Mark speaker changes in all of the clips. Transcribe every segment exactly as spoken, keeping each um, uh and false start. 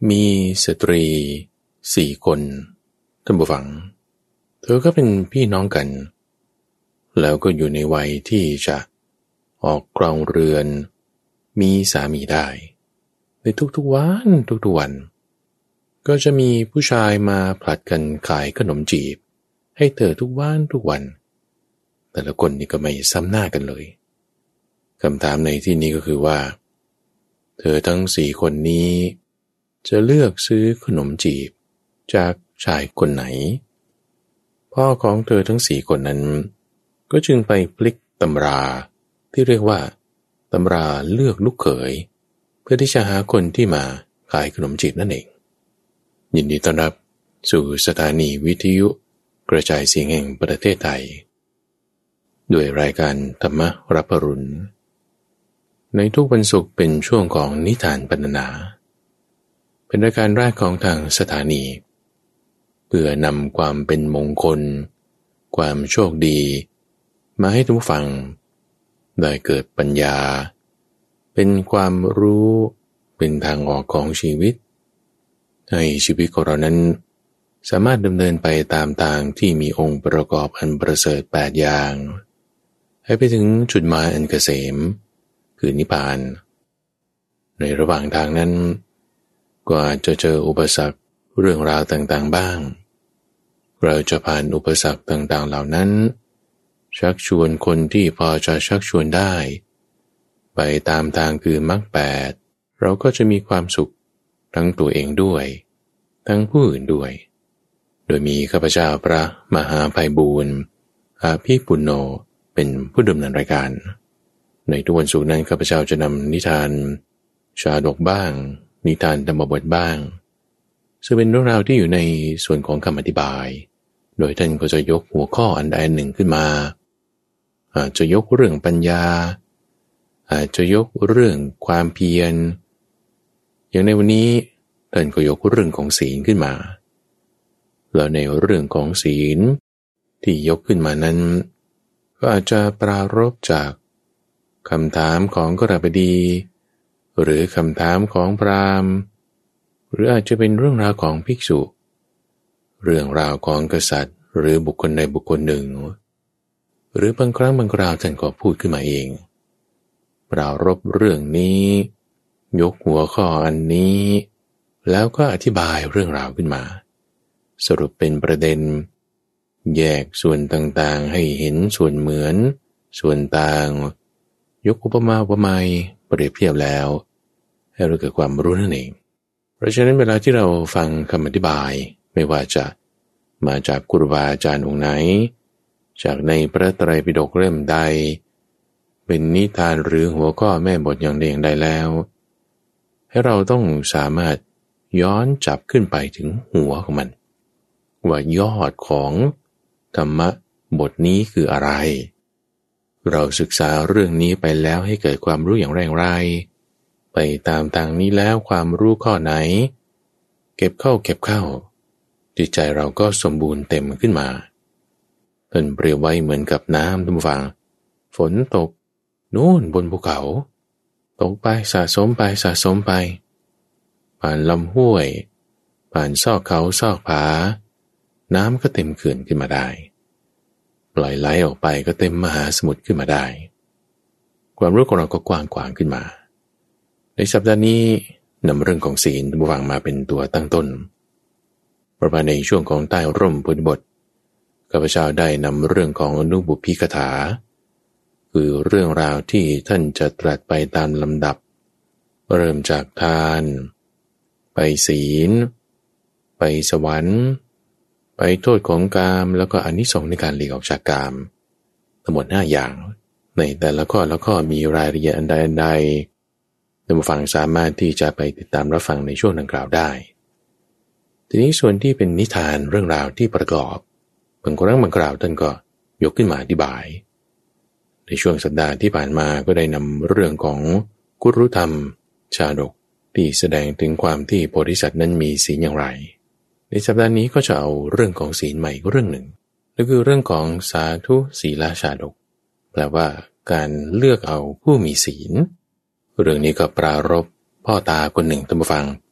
Speaker 1: มีสตรีสี่คนท่านผู้ฟังเธอก็เป็นพี่น้องกันแล้วก็อยู่ในวัยที่จะออกครองเรือนมีสามีได้ในทุกๆวันทุกๆวันก็จะมีผู้ชายมาผลัดกันขายขนมจีบให้เธอทุกวันทุกวันแต่ละคนนี่ก็ไม่ซ้ำหน้ากันเลยคำถามในที่นี้ก็คือว่าเธอทั้งสี่คนนี้จะเลือกซื้อขนมจีบจากชายคนไหนพ่อของเธอทั้งสี่คนนั้นก็จึงไปพลิกตำราที่เรียกว่าตำราเลือกลูกเขยเพื่อที่จะหาคนที่มาขายขนมจีบนั่นเองยินดีต้อนรับสู่สถานีวิทยุกระจายเสียงแห่งประเทศไทยด้วยรายการธรรมรับอรุณในทุกวันศุกร์เป็นช่วงของนิทานปรรณนาเป็นรายการแรกของทางสถานีเพื่อนำความเป็นมงคลความโชคดีมาให้ทุกฟังได้เกิดปัญญาเป็นความรู้เป็นทางออกของชีวิตให้ชีวิตของเรานั้นสามารถดำเนินไปตามทางที่มีองค์ประกอบอันประเสริฐแปดอย่างให้ไปถึงจุดหมายอันเกษมคือนิพพานในระหว่างทางนั้นก็อาจจะเจออุปสรรคเรื่องราวต่างๆบ้างเราจะผ่านอุปสรรคต่างๆเหล่านั้นชักชวนคนที่พอจะชักชวนได้ไปตามทางคือมรรคแปดเราก็จะมีความสุขทั้งตัวเองด้วยทั้งผู้อื่นด้วยโดยมีข้าพเจ้าพระมหาไพบูลย์อาภิปุณโญเป็นผู้ดำเนินรายการในทุกวันศุกร์นั้นข้าพเจ้าจะนำนิทานชาดกบ้างนิทานธรรมบทบ้างซึ่งเป็นเรื่องราวที่อยู่ในส่วนของคำอธิบายโดยท่านก็จะยกหัวข้ออันใดอันหนึ่งขึ้นมาอาจจะยกเรื่องปัญญาอาจจะยกเรื่องความเพียรอย่างในวันนี้ท่านก็ยกเรื่องของศีลขึ้นมาแล้วในเรื่องของศีลที่ยกขึ้นมานั้นก็อาจจะปรารภจากคำถามของกฤหบดีหรือคำถามของพราหมณ์หรืออาจจะเป็นเรื่องราวของภิกษุเรื่องราวของกษัตริย์หรือบุคคลใดบุคคลหนึ่งหรือบางครั้งบางคราวท่านก็พูดขึ้นมาเองปรารภเรื่องนี้ยกหัวข้ออันนี้แล้วก็อธิบายเรื่องราวขึ้นมาสรุปเป็นประเด็นแยกส่วนต่างๆให้เห็นส่วนเหมือนส่วนต่างยกอุปมาอุปไมยเปรียบเทียบแล้วให้เราเกิดความรู้นั่นเองเพราะฉะนั้นเวลาที่เราฟังคำอธิบายไม่ว่าจะมาจากครูบาอาจารย์องค์ไหนจากในพระไตรปิฎกเล่มใดเป็นนิทานหรือหัวข้อแม่บทอย่างใดอย่างใดแล้วให้เราต้องสามารถย้อนจับขึ้นไปถึงหัวของมันว่ายอดของธรรมะบทนี้คืออะไรเราศึกษาเรื่องนี้ไปแล้วให้เกิดความรู้อย่างแรงไรไปตามทางนี้แล้วความรู้ข้อไหนเก็บเข้าเก็บเข้าจิตใจเราก็สมบูรณ์เต็มขึ้นมาท่านเปรียบไว้เหมือนกับน้ำท่านผู้ฟังฝนตกนู่นบนภูเขาตกไปสะสมไปสะสมไปผ่านลำห้วยผ่านซอกเขาซอกผาน้ำก็เต็มเขื่อนขึ้นมาได้ปล่อยไหลออกไปก็เต็มมหาสมุทรขึ้นมาได้ความรู้ของเราก็กว้างขวางขึ้นมาในสัปดาห์นี้นำเรื่องของศีลท่านผู้ฟังมาเป็นตัวตั้งต้นประมาณในช่วงของใต้ร่มพุทธบทข้าพเจ้าได้นำเรื่องของอนุบุพพิกถาคือเรื่องราวที่ท่านจะตรัสไปตามลำดับเริ่มจากทานไปศีลไปสวรรค์ไปโทษของกามแล้วก็อานิสงส์ในการหลีกออกจากกามทั้งหมดห้าอย่างในแต่ละข้อแล้วก็มีรายละเอียดอันใดอันใดท่านผู้ฟังสามารถที่จะไปติดตามรับฟังในช่วงดังกล่าวได้ทีนี้ส่วนที่เป็นนิทานเรื่องราวที่ประกอบบางครั้งบางคราวท่านก็ยกขึ้นมาอธิบายในช่วงสัปดาห์ที่ผ่านมาก็ได้นำเรื่องของกุรุธรรมชาดกที่แสดงถึงความที่โพธิสัตว์นั้นมีศีลอย่างไรในสัปดาห์นี้ก็จะเอาเรื่องของศีลใหม่เรื่องหนึ่งนั่นคือเรื่องของสาธุศีลชาดกแปลว่าการเลือกเอาผู้มีศีลเรื่องนี้ก็ปรารภพ่อตาคนหนึ่งท่านผู้ฟัง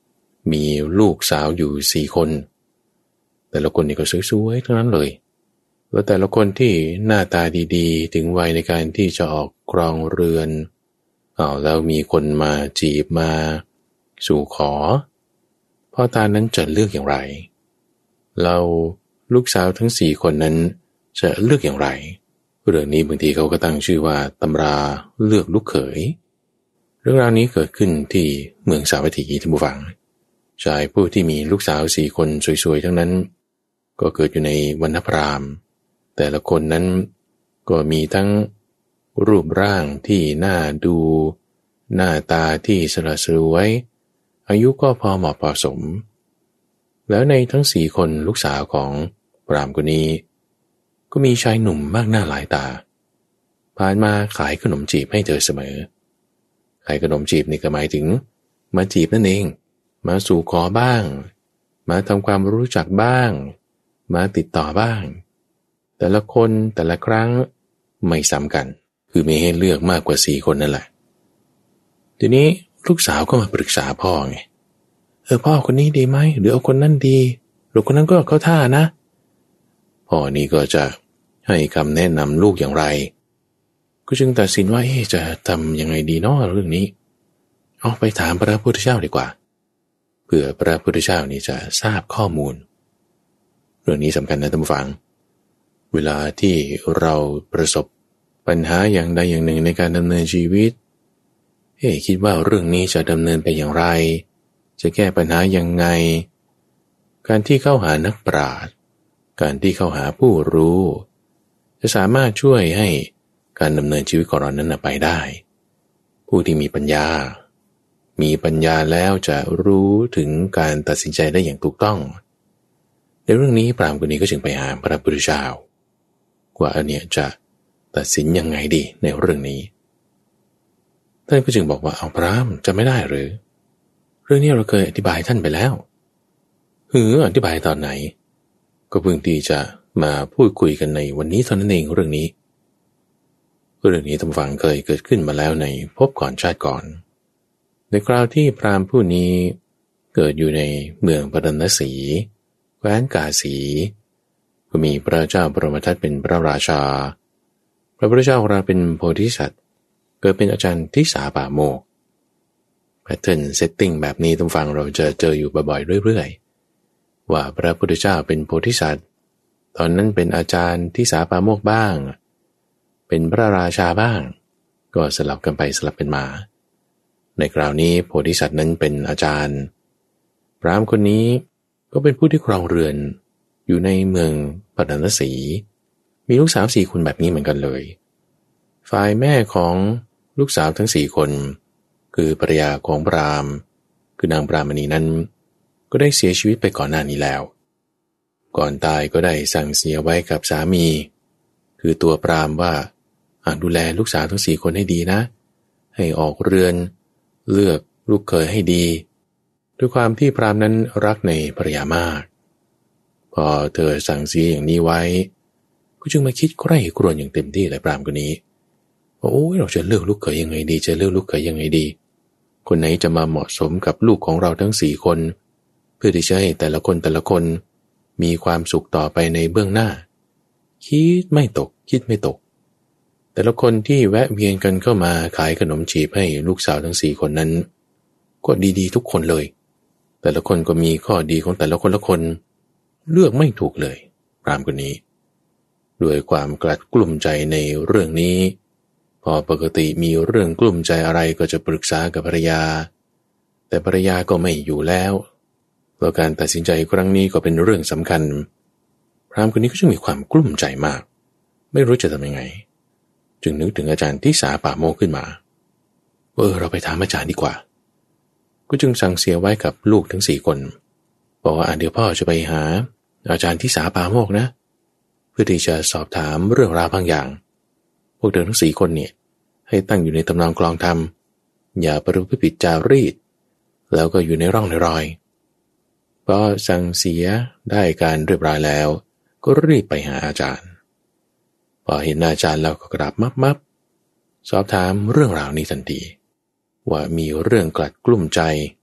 Speaker 1: มีลูกสาวอยู่สี่คนแต่ละคนนี่ก็สวยๆทั้งนั้นเลยแล้วแต่ละคนที่หน้าตาดีๆถึงวัยในการที่จะออกครองเรือนอ้าวแล้วมีคนมาจีบมาสู่ขอพ่อตานั้นจะเลือกอย่างไรเราลูกสาวทั้งสี่คนนั้นจะเลือกอย่างไรเรื่องนี้บางทีเขาก็ตั้งชื่อว่าตำราเลือกลูกเขยเรื่องราวนี้เกิดขึ้นที่เมืองสาวัตถีท่านผู้ฟังชายผู้ที่มีลูกสาวสี่คนสวยๆทั้งนั้นก็เกิดอยู่ในวรรณพราหมณ์แต่ละคนนั้นก็มีทั้งรูปร่างที่น่าดูหน้าตาที่สละสลวยอายุก็พอเหมาะพอสมแล้วในทั้งสี่คนลูกสาวของพราหมณ์คนนี้ก็มีชายหนุ่มมากหน้าหลายตาผ่านมาขายขนมจีบให้เธอเสมอขายขนมจีบนี่ก็หมายถึงมาจีบนั่นเองมาสู่ขอบ้างมาทำความรู้จักบ้างมาติดต่อบ้างแต่ละคนแต่ละครั้งไม่ซ้ำกันคือมีให้เลือกมากกว่าสี่คนนั่นแหละทีนี้ลูกสาวก็มาปรึกษาพ่อไงเออพ่อคนนี้ดีไหมหรือเอาคนนั้นดีหรือคนนั้นก็เข้าท่านะพ่อนี่ก็จะให้คำแนะนำลูกอย่างไรก็จึงตัดสินว่าเอ๊ะจะทำยังไงดีเนาะเรื่องนี้เอาไปถามพระพุทธเจ้าดีกว่าเผื่อพระพุทธเจ้านี่จะทราบข้อมูลเรื่องนี้สำคัญนะท่านผู้ฟังเวลาที่เราประสบปัญหาอย่างใดอย่างหนึ่งในการดำเนินชีวิตเอ๊ะคิดว่าเรื่องนี้จะดำเนินไปอย่างไรจะแก้ปัญหายังไงการที่เข้าหานักปราชญ์การที่เข้าหาผู้รู้จะสามารถช่วยให้การดำเนินชีวิตของเรานั้นไปได้ผู้ที่มีปัญญามีปัญญาแล้วจะรู้ถึงการตัดสินใจได้อย่างถูกต้องในเรื่องนี้พราหมณ์คนนี้ก็จึงไปหาพระพุทธเจ้าว่าอันเนี้ยจะตัดสินยังไงดีในเรื่องนี้ท่านก็จึงบอกว่าเอาพราหมณ์จะไม่ได้หรือเรื่องนี้เราเคยอธิบายท่านไปแล้วหืออธิบายตอนไหนก็เพิ่งที่จะมาพูดคุยกันในวันนี้เท่านั้นเองเรื่องนี้เรื่องนี้ท่านฟังเคยเกิดขึ้นมาแล้วในภพก่อนชาติก่อนในคราวที่พราหมณ์ผู้นี้เกิดอยู่ในเมืองปรณสีแคว้นกาสีก็มีพระเจ้าปรมทัตเป็นพระราชาพระพุทธเจ้าของเราเป็นโพธิสัตว์เกิดเป็นอาจารย์ทิสาป่าโมกแพทเทิร์นเซตติ้งแบบนี้ท่านฟังเราจะเจออยู่บ่อยๆเรื่อยๆว่าพระพุทธเจ้าเป็นโพธิสัตว์ตอนนั้นเป็นอาจารย์ทิสาป่าโมกบ้างเป็นพระราชาบ้างก็สลับกันไปสลับกันมาในคราวนี้โพธิสัตว์นั้นเป็นอาจารย์พราหมณ์คนนี้ก็เป็นผู้ที่ครองเรือนอยู่ในเมืองปฐนสีมีลูกสาวสี่คนแบบนี้เหมือนกันเลยฝ่ายแม่ของลูกสาวทั้งสี่คนคือภรรยาของพราหมณ์คือนางปรามณีนั้นก็ได้เสียชีวิตไปก่อนหน้านี้แล้วก่อนตายก็ได้สั่งเสียไว้กับสามีคือตัวพราหมณ์ว่าดูแลลูกสาวทั้งสี่คนให้ดีนะให้ออกเรือนเลือกลูกเขยให้ดีด้วยความที่พราหมณ์นั้นรักในภรรยามากพอเธอสั่งเสียอย่างนี้ไว้ก็จึงมาคิดใคร่ครวญอย่างเต็มที่เลยพราหมณ์คนนี้ว่าโอ้ยเราจะเลือกลูกเขยยังไงดีจะเลือกลูกเขยยังไงดีคนไหนจะมาเหมาะสมกับลูกของเราทั้งสี่คนเพื่อที่จะให้แต่ละคนแต่ละคนมีความสุขต่อไปในเบื้องหน้าคิดไม่ตกคิดไม่ตกแต่ละคนที่แวะเวียนกันเข้ามาขายขนมจีบให้ลูกสาวทั้งสี่คนนั้นก็ดีๆทุกคนเลยแต่ละคนก็มีข้อดีของแต่ละคนละคนเลือกไม่ถูกเลยพราหมณ์คนนี้ด้วยความกลัดกลุ้มใจในเรื่องนี้พอปกติมีเรื่องกลุ้มใจอะไรก็จะปรึกษากับภรรยาแต่ภรรยาก็ไม่อยู่แล้วเพราะการตัดสินใจครั้งนี้ก็เป็นเรื่องสำคัญพราหมณ์คนนี้ก็จึงมีความกลุ้มใจมากไม่รู้จะทำยังไงจึงนึกถึงอาจารย์ทิสาป่าโมกขึ้นมาเออเราไปถามอาจารย์ดีกว่าก็จึงสั่งเสียไว้กับลูกทั้งสี่คนบอกว่าเดี๋ยวพ่อจะไปหาอาจารย์ทิสาป่าโมกนะเพื่อที่จะสอบถามเรื่องราวบางอย่างพวกเธอทั้งสี่คนเนี่ยให้ตั้งอยู่ในตำนองกลองธรรมอย่าประพฤติผิดจารีตแล้วก็อยู่ในร่องในรอยพอสั่งเสียได้การเรียบร้อยแล้วก็รีบไปหาอาจารย์พอเห็นอาจารย์แล้วก็กราบมับๆสอบถามเรื่องราวนี้ทันทีว่ามีเรื่องกลัดกลุ้มใจ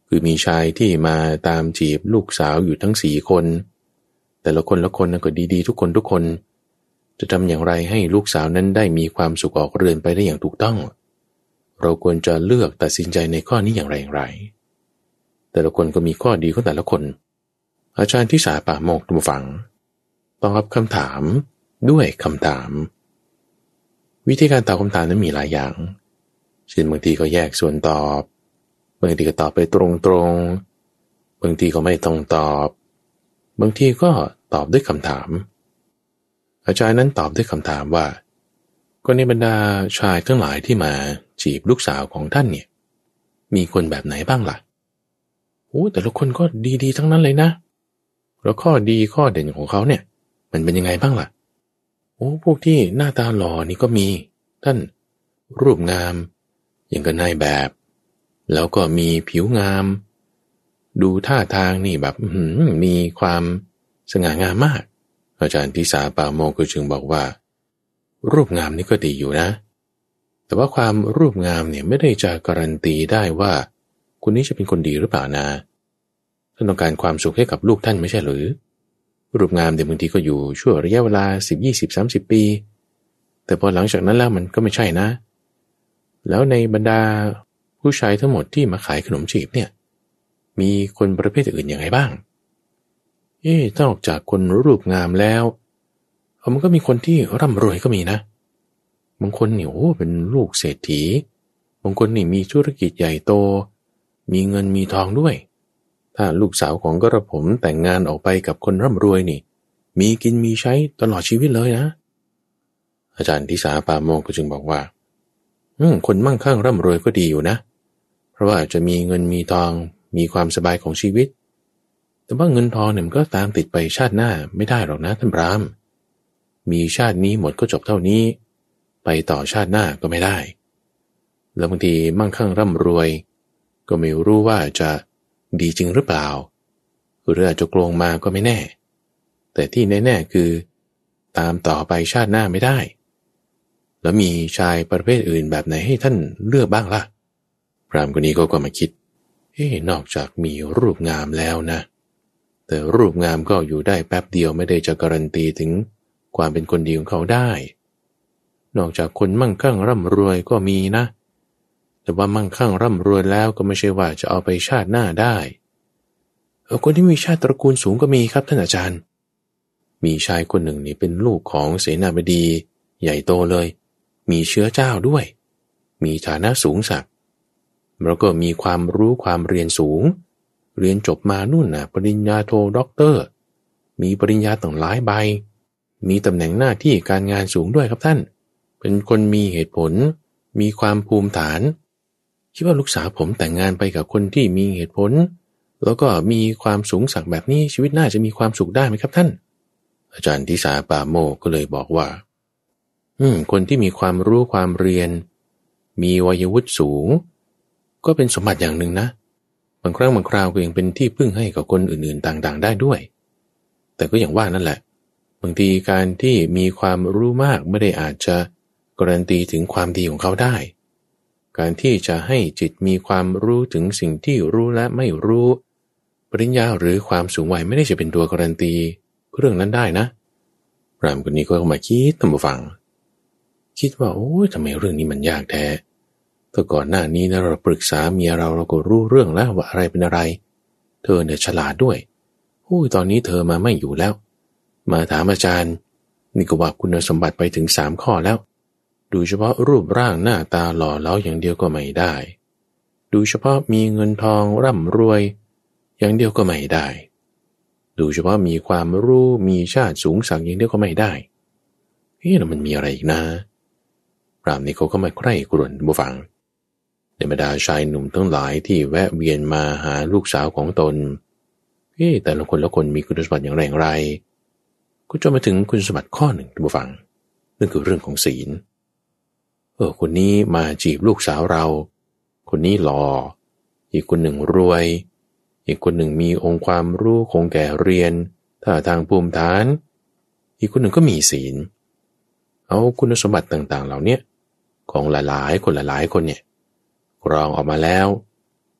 Speaker 1: คือมีชายที่มาตามจีบลูกสาวอยู่ทั้งสี่คนแต่ละคนละคนก็ดีๆทุกคนทุกคนจะทำอย่างไรให้ลูกสาวนั้นได้มีความสุขออกเรือนไปได้อย่างถูกต้องเราควรจะเลือกตัดสินใจในข้อนี้อย่างไรอย่างไรแต่ละคนก็มีข้อดีของแต่ละคนอาจารย์ที่สาป่าโมกทุกฝังตอบคำถามด้วยคำถามวิธีการตอบคำถามนั้นมีหลายอย่างเช่นบางทีก็แยกส่วนตอบบางทีก็ตอบไปตรงๆบางทีก็ไม่ต้องตอบบางทีก็ตอบด้วยคำถามอาจารย์นั้นตอบด้วยคำถามว่าก็ในบรรดาชายทั้งหลายที่มาจีบลูกสาวของท่านเนี่ยมีคนแบบไหนบ้างล่ะโอ้แต่ละคนก็ดีๆทั้งนั้นเลยนะแล้วข้อดีข้อเด่นของเขาเนี่ยมันเป็นยังไงบ้างล่ะโอ้พวกที่หน้าตาหล่อนี่ก็มีท่านรูปงามอย่างกับนายแบบแล้วก็มีผิวงามดูท่าทางนี่แบบมีความสง่างามมากอาจารย์ทิสาป่าโมกก็จึงบอกว่ารูปงามนี่ก็ดีอยู่นะแต่ว่าความรูปงามเนี่ยไม่ได้จะการันตีได้ว่าคนนี้จะเป็นคนดีหรือเปล่านะท่านต้องการความสุขให้กับลูกท่านไม่ใช่หรือรูปงามเดี๋ยวบางทีก็อยู่ชั่วระยะเวลาสิบ ยี่สิบ สามสิบปีแต่พอหลังจากนั้นแล้วมันก็ไม่ใช่นะแล้วในบรรดาผู้ชายทั้งหมดที่มาขายขนมจีบเนี่ยมีคนประเภทอื่นยังไงบ้างเอ๊ะนอกจากคนรูปงามแล้วมันก็มีคนที่ร่ำรวยก็มีนะบางคนเนี่ยโอ้เป็นลูกเศรษฐีบางคนนี่มีธุรกิจใหญ่โตมีเงินมีทองด้วยถ้าลูกสาวของกระผมแต่งงานออกไปกับคนร่ำรวยนี่มีกินมีใช้ตลอดชีวิตเลยนะอาจารย์ทิสาป่าโมกก็จึงบอกว่าอืมคนมั่งคั่งร่ำรวยก็ดีอยู่นะเพราะว่าจะมีเงินมีทองมีความสบายของชีวิตแต่ว่าเงินทองเนี่ยมันก็ตามติดไปชาติหน้าไม่ได้หรอกนะท่านพรามมีชาตินี้หมดก็จบเท่านี้ไปต่อชาติหน้าก็ไม่ได้แล้วบางทีมั่งคั่งร่ำรวยก็ไม่รู้ว่าจะดีจริงหรือเปล่าหรืออาจจะโกงมาก็ไม่แน่แต่ที่แน่ๆคือตามต่อไปชาติหน้าไม่ได้แล้วมีชายประเภทอื่นแบบไหนให้ท่านเลือกบ้างล่ะพรามคนนี้ก็ก็มาคิดเอ๊ะนอกจากมีรูปงามแล้วนะแต่รูปงามก็อยู่ได้แป๊บเดียวไม่ได้จะการันตีถึงความเป็นคนดีของเขาได้นอกจากคนมั่งคั่งร่ำรวยก็มีนะแต่ว่ามั่งคั่งร่ำรวยแล้วก็ไม่ใช่ว่าจะเอาไปชาติหน้าได้เออคนที่มีชาติตระกูลสูงก็มีครับท่านอาจารย์มีชายคนหนึ่งนี่เป็นลูกของเสนาบดีใหญ่โตเลยมีเชื้อเจ้าด้วยมีฐานะสูงสักแล้วก็มีความรู้ความเรียนสูงเรียนจบมานู่นน่ะปริญญาโทด็อกเตอร์มีปริญญาต่างหลายใบมีตำแหน่งหน้าที่การงานสูงด้วยครับท่านเป็นคนมีเหตุผลมีความภูมิฐานคิดว่าลูกสาวผมแต่งงานไปกับคนที่มีเหตุผลแล้วก็มีความสูงสักแบบนี้ชีวิตน่าจะมีความสุขได้ไหมครับท่านอาจารย์ทิสาป่าโมกก็เลยบอกว่าอืมคนที่มีความรู้ความเรียนมีวัยวุฒิสูงก็เป็นสมบัติอย่างหนึ่งนะบางครั้งบางคราวก็ยังเป็นที่พึ่งให้กับคนอื่นๆต่างๆได้ด้วยแต่ก็อย่างว่านั่นแหละบางทีการที่มีความรู้มากไม่ได้อาจจะการันตีถึงความดีของเขาได้การที่จะให้จิตมีความรู้ถึงสิ่งที่รู้และไม่รู้ปริญญาหรือความสูงวัยไม่ได้จะเป็นตัวการันตีเรื่องนั้นได้นะพรามคนนี้ก็มาคิดตามฟังคิดว่าโอ้ยทำไมเรื่องนี้มันยากแท้แต่ก่อนหน้านี้นะเราปรึกษาเมียเราเราก็รู้เรื่องแล้วว่าอะไรเป็นอะไรเธอเนี่ยฉลาดด้วยโอ้ยตอนนี้เธอมาไม่อยู่แล้วมาถามอาจารย์นี่ก็ว่าคุณสมบัติไปถึงสามข้อแล้วดูเฉพาะรูปร่างหน้าตาหล่อเหลาอย่างเดียวก็ไม่ได้ดูเฉพาะมีเงินทองร่ำรวยอย่างเดียวก็ไม่ได้ดูเฉพาะมีความรู้มีชาติสูงสักอย่างเดียวก็ไม่ได้เฮ้ยแล้วมันมีอะไรอีกนะพรามนี่เขาก็มาใคร่ครวญบูฟังในบรรดาชายหนุ่มทั้งหลายที่แวะเวียนมาหาลูกสาวของตนเฮ้ยแต่ละคนละคนมีคุณสมบัติอย่างไรอย่างไรก็จะมาถึงคุณสมบัติข้อหนึ่งบูฟังนั่นคือเรื่องของศีลเออคนนี้มาจีบลูกสาวเราคนนี้หล่ออีกคนหนึ่งรวยอีกคนหนึ่งมีองค์ความรู้คงแก่เรียนท่าทางภูมิฐานอีกคนหนึ่งก็มีศีลเอาคุณสมบัติต่างๆเหล่านี้ของหลายๆคนหลายๆคนเนี่ยกรองออกมาแล้ว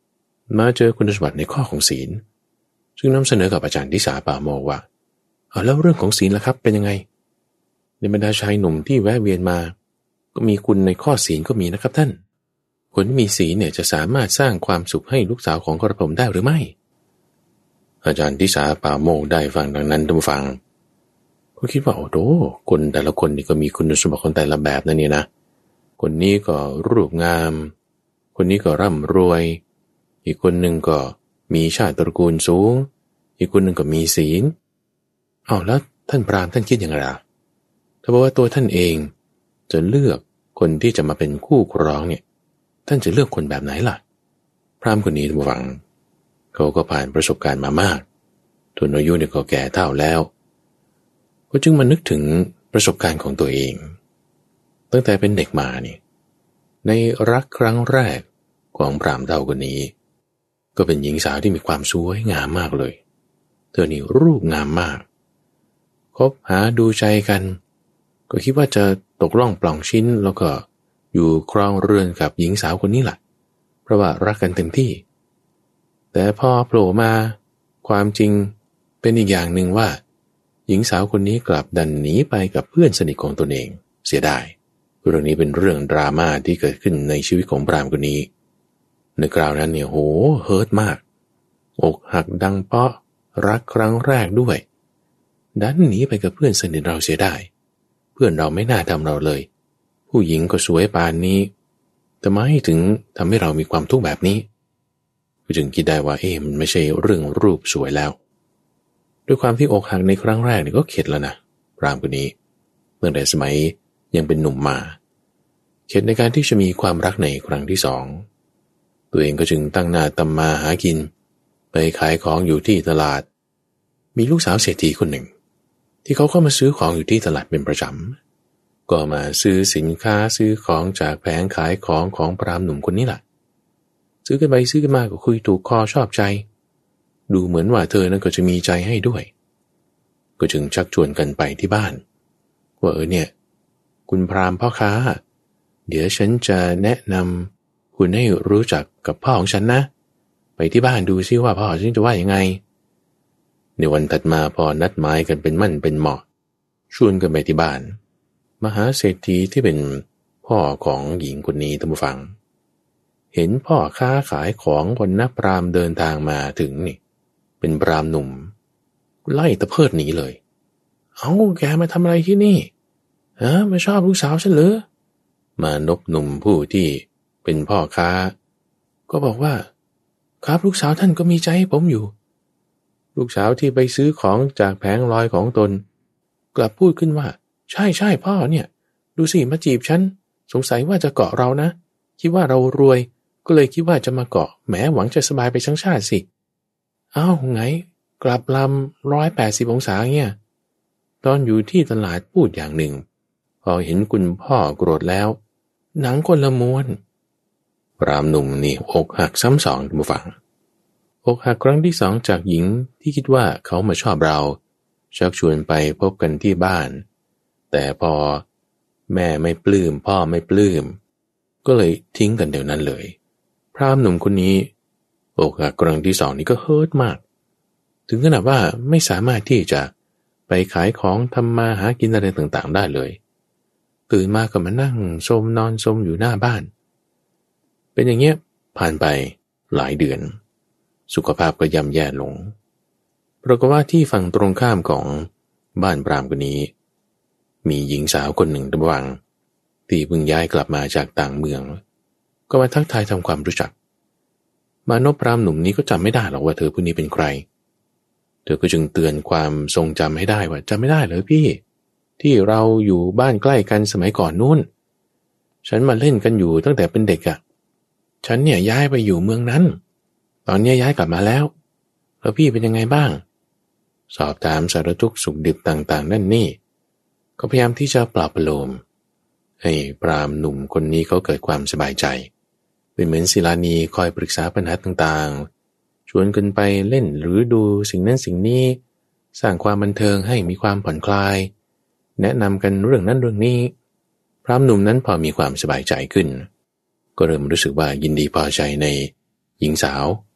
Speaker 1: มาเจอคุณสมบัติในข้อของศีลซึ่งนำเสนอกับอาจารย์ทิสาป่าโมกว่าเอาแล้วเรื่องของศีลล่ะครับเป็นยังไงในบรรดาชายหนุ่มที่แวะเวียนมาก็มีคุณในข้อศีลก็มีนะครับท่านคนที่มีศีลเนี่ยจะสามารถสร้างความสุขให้ลูกสาวของกระผมได้หรือไม่อาจารย์ทิสาป่าโมกได้ฟังดังนั้นท่านผู้ฟังก็คิดว่าโอ้โหคนแต่ละคนนี่ก็มีคุณสมบัติของแต่ละแบบนั่นเนี่ยนะคนนี้ก็รูปงามคนนี้ก็ร่ำรวยอีกคนหนึ่งก็มีชาติตระกูลสูงอีกคนหนึ่งก็มีศีลเอาแล้วท่านพราหมณ์ท่านคิดอย่างไรล่ะถ้าบอกว่าตัวท่านเองจะเลือกคนที่จะมาเป็นคู่ครองเนี่ยท่านจะเลือกคนแบบไหนล่ะพราหมณ์คนนี้ท่านผู้ฟังเขาก็ผ่านประสบการณ์มามากทุนอายุเนี่ยก็แก่เฒ่าแล้วก็จึงมานึกถึงประสบการณ์ของตัวเองตั้งแต่เป็นเด็กมานี่ในรักครั้งแรกของพราหมณ์เฒ่าคนนี้ก็เป็นหญิงสาวที่มีความสวยงามมากเลยเธอนี่รูปงามมากคบหาดูใจกันก็คิดว่าจะตกล่องปล่องชิ้นแล้วก็อยู่ครองเรือนกับหญิงสาวคนนี้แหละเพราะว่ารักกันเต็มที่แต่พอโผล่มาความจริงเป็นอีกอย่างหนึ่งว่าหญิงสาวคนนี้กลับดันหนีไปกับเพื่อนสนิทของตนเองเสียดายเรื่องนี้เป็นเรื่องดราม่าที่เกิดขึ้นในชีวิตของพราหมณ์คนนี้ในคราวนั้นเนี่ยโหเฮิร์ตมากอกหักดังเปาะรักครั้งแรกด้วยดันหนีไปกับเพื่อนสนิทเราเสียดายเพื่อนเราไม่น่าทำเราเลยผู้หญิงก็สวยปานนี้แต่ไม่ถึงทำให้เรามีความทุกข์แบบนี้ก็จึงคิดได้ว่าเอ๊ะมันไม่ใช่เรื่องรูปสวยแล้วด้วยความที่อกหักในครั้งแรกเนี่ยก็เข็ดแล้วนะพราหมณ์คนนี้ตั้งแต่สมัยยังเป็นหนุ่มมาเข็ดในการที่จะมีความรักในครั้งที่สองตัวเองก็จึงตั้งหน้าตำมาหากินไปขายของอยู่ที่ตลาดมีลูกสาวเศรษฐีคนหนึ่งที่เขาเข้ามาซื้อของอยู่ที่ตลาดเป็นประจำก็มาซื้อสินค้าซื้อของจากแผงขายของของพราหมณ์หนุ่มคนนี้แหละซื้อกันไปซื้อกันมาก็คุยถูกคอชอบใจดูเหมือนว่าเธอนั้นก็จะมีใจให้ด้วยก็จึงชักชวนกันไปที่บ้านว่าเออเนี่ยคุณพราหมณ์พ่อค้าเดี๋ยวฉันจะแนะนำคุณให้รู้จักกับพ่อของฉันนะไปที่บ้านดูซิว่าพ่อฉันจะว่ายังไงในวันถัดมาพอนัดหมายกันเป็นมั่นเป็นเหมาะชวนกันไปที่บ้านมหาเศรษฐีที่เป็นพ่อของหญิงคนนี้ท่านผู้ฟังเห็นพ่อค้าขายของคนนักพราหมณ์เดินทางมาถึงนี่เป็นพราหมณ์หนุ่มไล่ตะเพิดหนีเลยเอ้าแกมาทำอะไรที่นี่ฮะมาชอบลูกสาวฉันเหรอมานพหนุ่มผู้ที่เป็นพ่อค้าก็บอกว่าครับลูกสาวท่านก็มีใจให้ผมอยู่ลูกสาวที่ไปซื้อของจากแผงลอยของตนกลับพูดขึ้นว่าใช่ใช่พ่อเนี่ยดูสิมาจีบฉันสงสัยว่าจะเกาะเรานะคิดว่าเรารวยก็เลยคิดว่าจะมาเกาะแหมหวังจะสบายไปทั้งชาติสิอ้าวไงกลับลำร้อยแปดสิบองศาเนี่ยตอนอยู่ที่ตลาดพูดอย่างหนึ่งพอเห็นคุณพ่อโกรธแล้วหนังคนละม้วนพราหมณ์หนุ่มนี่อกหักซ้ำสองท่านผู้ฟังอกหักครั้งที่สองจากหญิงที่คิดว่าเขามาชอบเราชักชวนไปพบกันที่บ้านแต่พอแม่ไม่ปลื้มพ่อไม่ปลื้มก็เลยทิ้งกันเดี๋ยวนั้นเลยพราหมณ์หนุ่มคนนี้อกหักครั้งที่สองนี้ก็เฮิร์ตมากถึงขนาดว่าไม่สามารถที่จะไปขายของทำมาหากินอะไรต่างๆได้เลยตื่นมาก็มานั่งซมนอนซมอยู่หน้าบ้านเป็นอย่างเงี้ยผ่านไปหลายเดือนสุขภาพก็ย่ำแย่ลงปรากฏว่าที่ฝั่งตรงข้ามของบ้านพราหมณ์คนนี้มีหญิงสาวคนหนึ่งระหว่างที่เพิ่งย้ายกลับมาจากต่างเมืองก็มาทักทายทำความรู้จักมานพพราหมณ์หนุ่มนี้ก็จำไม่ได้หรอกว่าเธอผู้นี้เป็นใครเธอก็จึงเตือนความทรงจำให้ได้ว่าจำไม่ได้เหรอพี่ที่เราอยู่บ้านใกล้กันสมัยก่อนนู้นฉันมาเล่นกันอยู่ตั้งแต่เป็นเด็กอ่ะฉันเนี่ยย้ายไปอยู่เมืองนั้นตอนนี้ย้ายกลับมาแล้วแล้วพี่เป็นยังไงบ้างสอบถามสารทุกข์สุขดิบต่างๆนั่นนี่ก็พยายามที่จะปลอบประโลมให้พราหมณ์หนุ่มคนนี้เขาเกิดความสบายใจเป็นเหมือนศิลานีคอยปรึกษาปัญหาต่างๆชวนกันไปเล่นหรือดูสิ่งนั้นสิ่งนี้สร้างความบันเทิงให้มีความผ่อนคลายแนะนำกันเรื่องนั้นเรื่องนี้พราหมณ์หนุ่มนั้นพอมีความสบายใจขึ้นก็เริ่มรู้สึกว่ายินดีพอใจในหญิงสาว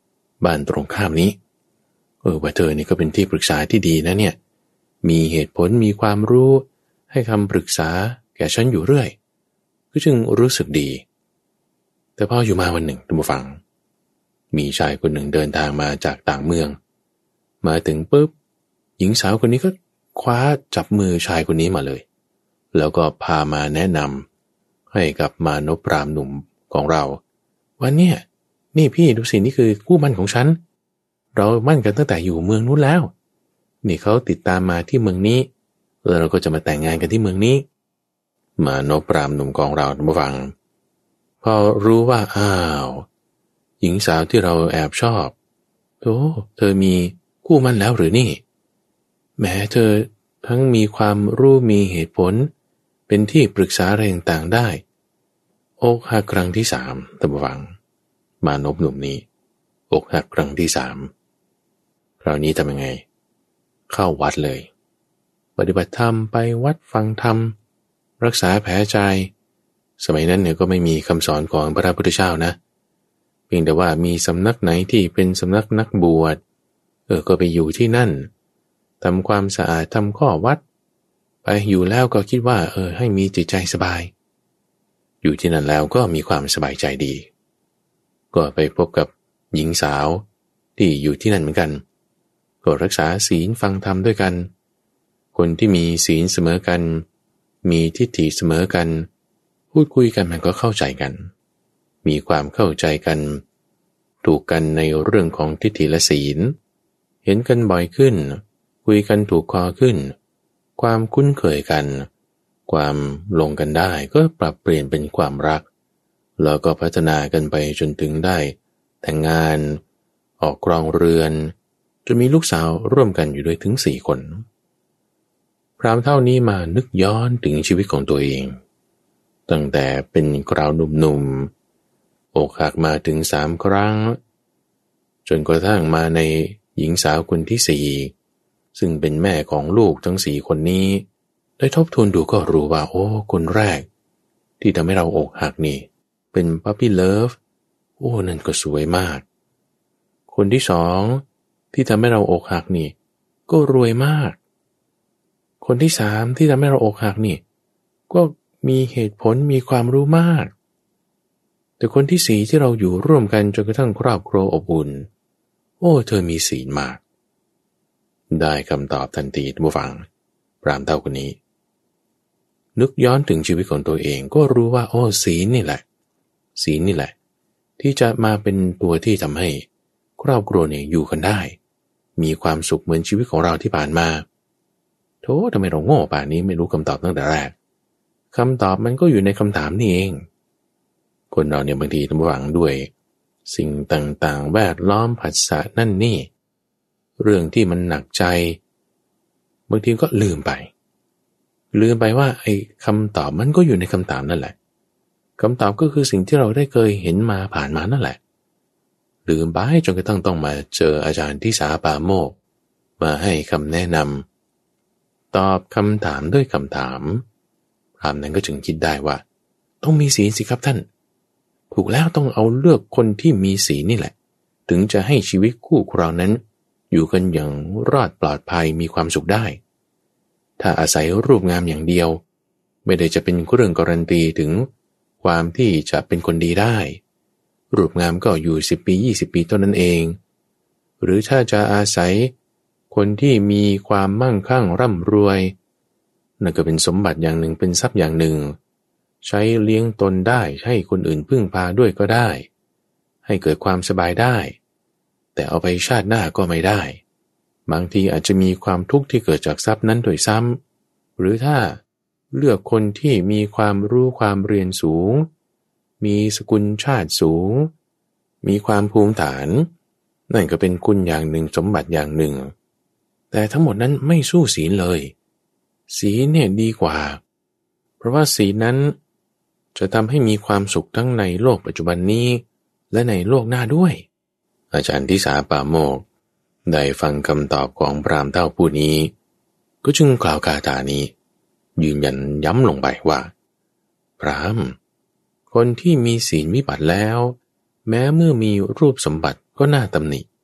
Speaker 1: บ้านตรงข้ามนี้เออว่าเธอนี่ก็เป็นที่ปรึกษาที่ดีนะเนี่ยมีเหตุผลมีความรู้ให้คำปรึกษาแก่ฉันอยู่เรื่อยก็จึงรู้สึกดีแต่พออยู่มาวันหนึ่งท่านผู้ฟังมีชายคนหนึ่งเดินทางมาจากต่างเมืองมาถึงปุ๊บหญิงสาวคนนี้ก็คว้าจับมือชายคนนี้มาเลยแล้วก็พามาแนะนำให้กับมานพพราหมณ์หนุ่มของเราว่าเนี่ยนี่พี่ดูสินี่คือคู่มั่นของฉันเรามั่นกันตั้งแต่อยู่เมืองนู้นแล้วนี่เขาติดตามมาที่เมืองนี้แล้วเราก็จะมาแต่งงานกันที่เมืองนี้มานพพราหมณ์หนุ่มของเราท่านผู้ฟังพอรู้ว่าอ้าวหญิงสาวที่เราแอบชอบโธ่เธอมีคู่มั่นแล้วหรือนี่แม้เธอทั้งมีความรู้มีเหตุผลเป็นที่ปรึกษาอะไรต่างๆได้อกหักครั้งที่สามท่านผู้ฟังมานพหนุ่มนี้อกหักครั้งที่สามคราวนี้ทำยังไงเข้าวัดเลยปฏิบัติธรรมไปวัดฟังธรรมรักษาแผลใจสมัยนั้นเนี่ยก็ไม่มีคำสอนของพระพุทธเจ้านะเพียงแต่ว่ามีสำนักไหนที่เป็นสำนักนักบวชเออก็ไปอยู่ที่นั่นทำความสะอาดทำข้อวัดไปอยู่แล้วก็คิดว่าเออให้มีจิตใจสบายอยู่ที่นั่นแล้วก็มีความสบายใจดีก็ไปพบกับหญิงสาวที่อยู่ที่นั่นเหมือนกันก็รักษาศีลฟังธรรมด้วยกันคนที่มีศีลเสมอกันมีทิฏฐิเสมอกันพูดคุยกันมันก็เข้าใจกันมีความเข้าใจกันถูกกันในเรื่องของทิฏฐิและศีลเห็นกันบ่อยขึ้นคุยกันถูกคอขึ้นความคุ้นเคยกันความลงกันได้ก็ปรับเปลี่ยนเป็นความรักแล้วก็พัฒนากันไปจนถึงได้แต่งงานออกครองเรือนจนมีลูกสาวร่วมกันอยู่ด้วยถึงสี่คนพราหมณ์เท่านี้มานึกย้อนถึงชีวิตของตัวเองตั้งแต่เป็นคราวหนุ่มๆอกหักมาถึงสามครั้งจนกระทั่งมาในหญิงสาวคนที่สี่ซึ่งเป็นแม่ของลูกทั้งสี่คนนี้ได้ทบทวนดูก็รู้ว่าโอ้คนแรกที่ทำให้เราอกหักนี่เป็นพัพปี้เลิฟโอ้นั่นก็สวยมากคนที่สองที่ทำให้เราอกหักนี่ก็รวยมากคนที่สามที่ทำให้เราอกหักนี่ก็มีเหตุผลมีความรู้มากแต่คนที่สี่ที่เราอยู่ร่วมกันจนกระทั่งครอบครัวอบอุ่นโอ้เธอมีศีลมากได้คำตอบทันทีท่านผู้ฟังพราหมณ์เท่าคนนี้นึกย้อนถึงชีวิตของตัวเองก็รู้ว่าโอ้ศีลนี่แหละศีลนี่แหละที่จะมาเป็นตัวที่ทำให้ครอบครัวเนี่ยอยู่กันได้มีความสุขเหมือนชีวิตของเราที่ผ่านมาโธ่ทำไมเราโง่ป่านนี้ไม่รู้คำตอบตั้งแต่แรกคำตอบมันก็อยู่ในคำถามนี่เองคนเราเนี่ยบางทีต้องหวังด้วยสิ่งต่างๆแวดล้อมผัสสะนั่นนี่เรื่องที่มันหนักใจบางทีก็ลืมไปลืมไปว่าไอ้คำตอบมันก็อยู่ในคำถามนั่นแหละคำตอบก็คือสิ่งที่เราได้เคยเห็นมาผ่านมานั่นแหละลืมไปจนกระทั่งต้องมาเจออาจารย์ที่สาปาโมกข์มาให้คำแนะนำตอบคำถามด้วยคำถามพราหมณ์นั้นก็จึงคิดได้ว่าต้องมีศีลสิครับท่านถูกแล้วต้องเอาเลือกคนที่มีศีลนี่แหละถึงจะให้ชีวิตคู่ครองนั้นอยู่กันอย่างรอดปลอดภัยมีความสุขได้ถ้าอาศัยรูปงามอย่างเดียวไม่ได้จะเป็นเรื่องการันตีถึงความที่จะเป็นคนดีได้รูปงามก็อยู่สิบปียี่สิบปีเท่านั้นเองหรือถ้าจะอาศัยคนที่มีความมั่งคั่งร่ำรวยนั่นก็เป็นสมบัติอย่างหนึ่งเป็นทรัพย์อย่างหนึ่งใช้เลี้ยงตนได้ให้คนอื่นพึ่งพาด้วยก็ได้ให้เกิดความสบายได้แต่เอาไปชาติหน้าก็ไม่ได้บางทีอาจจะมีความทุกข์ที่เกิดจากทรัพย์นั้นโดยซ้ำหรือถ้าเลือกคนที่มีความรู้ความเรียนสูงมีสกุลชาติสูงมีความภูมิฐานนั่นก็เป็นคุณอย่างหนึ่งสมบัติอย่างหนึ่งแต่ทั้งหมดนั้นไม่สู้ศีลเลยศีลเนี่ยดีกว่าเพราะว่าศีลนั้นจะทำให้มีความสุขทั้งในโลกปัจจุบันนี้และในโลกหน้าด้วยอาจารย์ทิสาปาโมกข์ได้ฟังคำตอบของพราหมณ์เท่าผู้นี้ก็จึงกล่าวคาถานี้ยืนยันย้ำลงไปว่าพราหมณ์คนที่มีศีลวิบัติแล้วแม้เมื่อมีรูปสมบัติก็น่าตำหนิ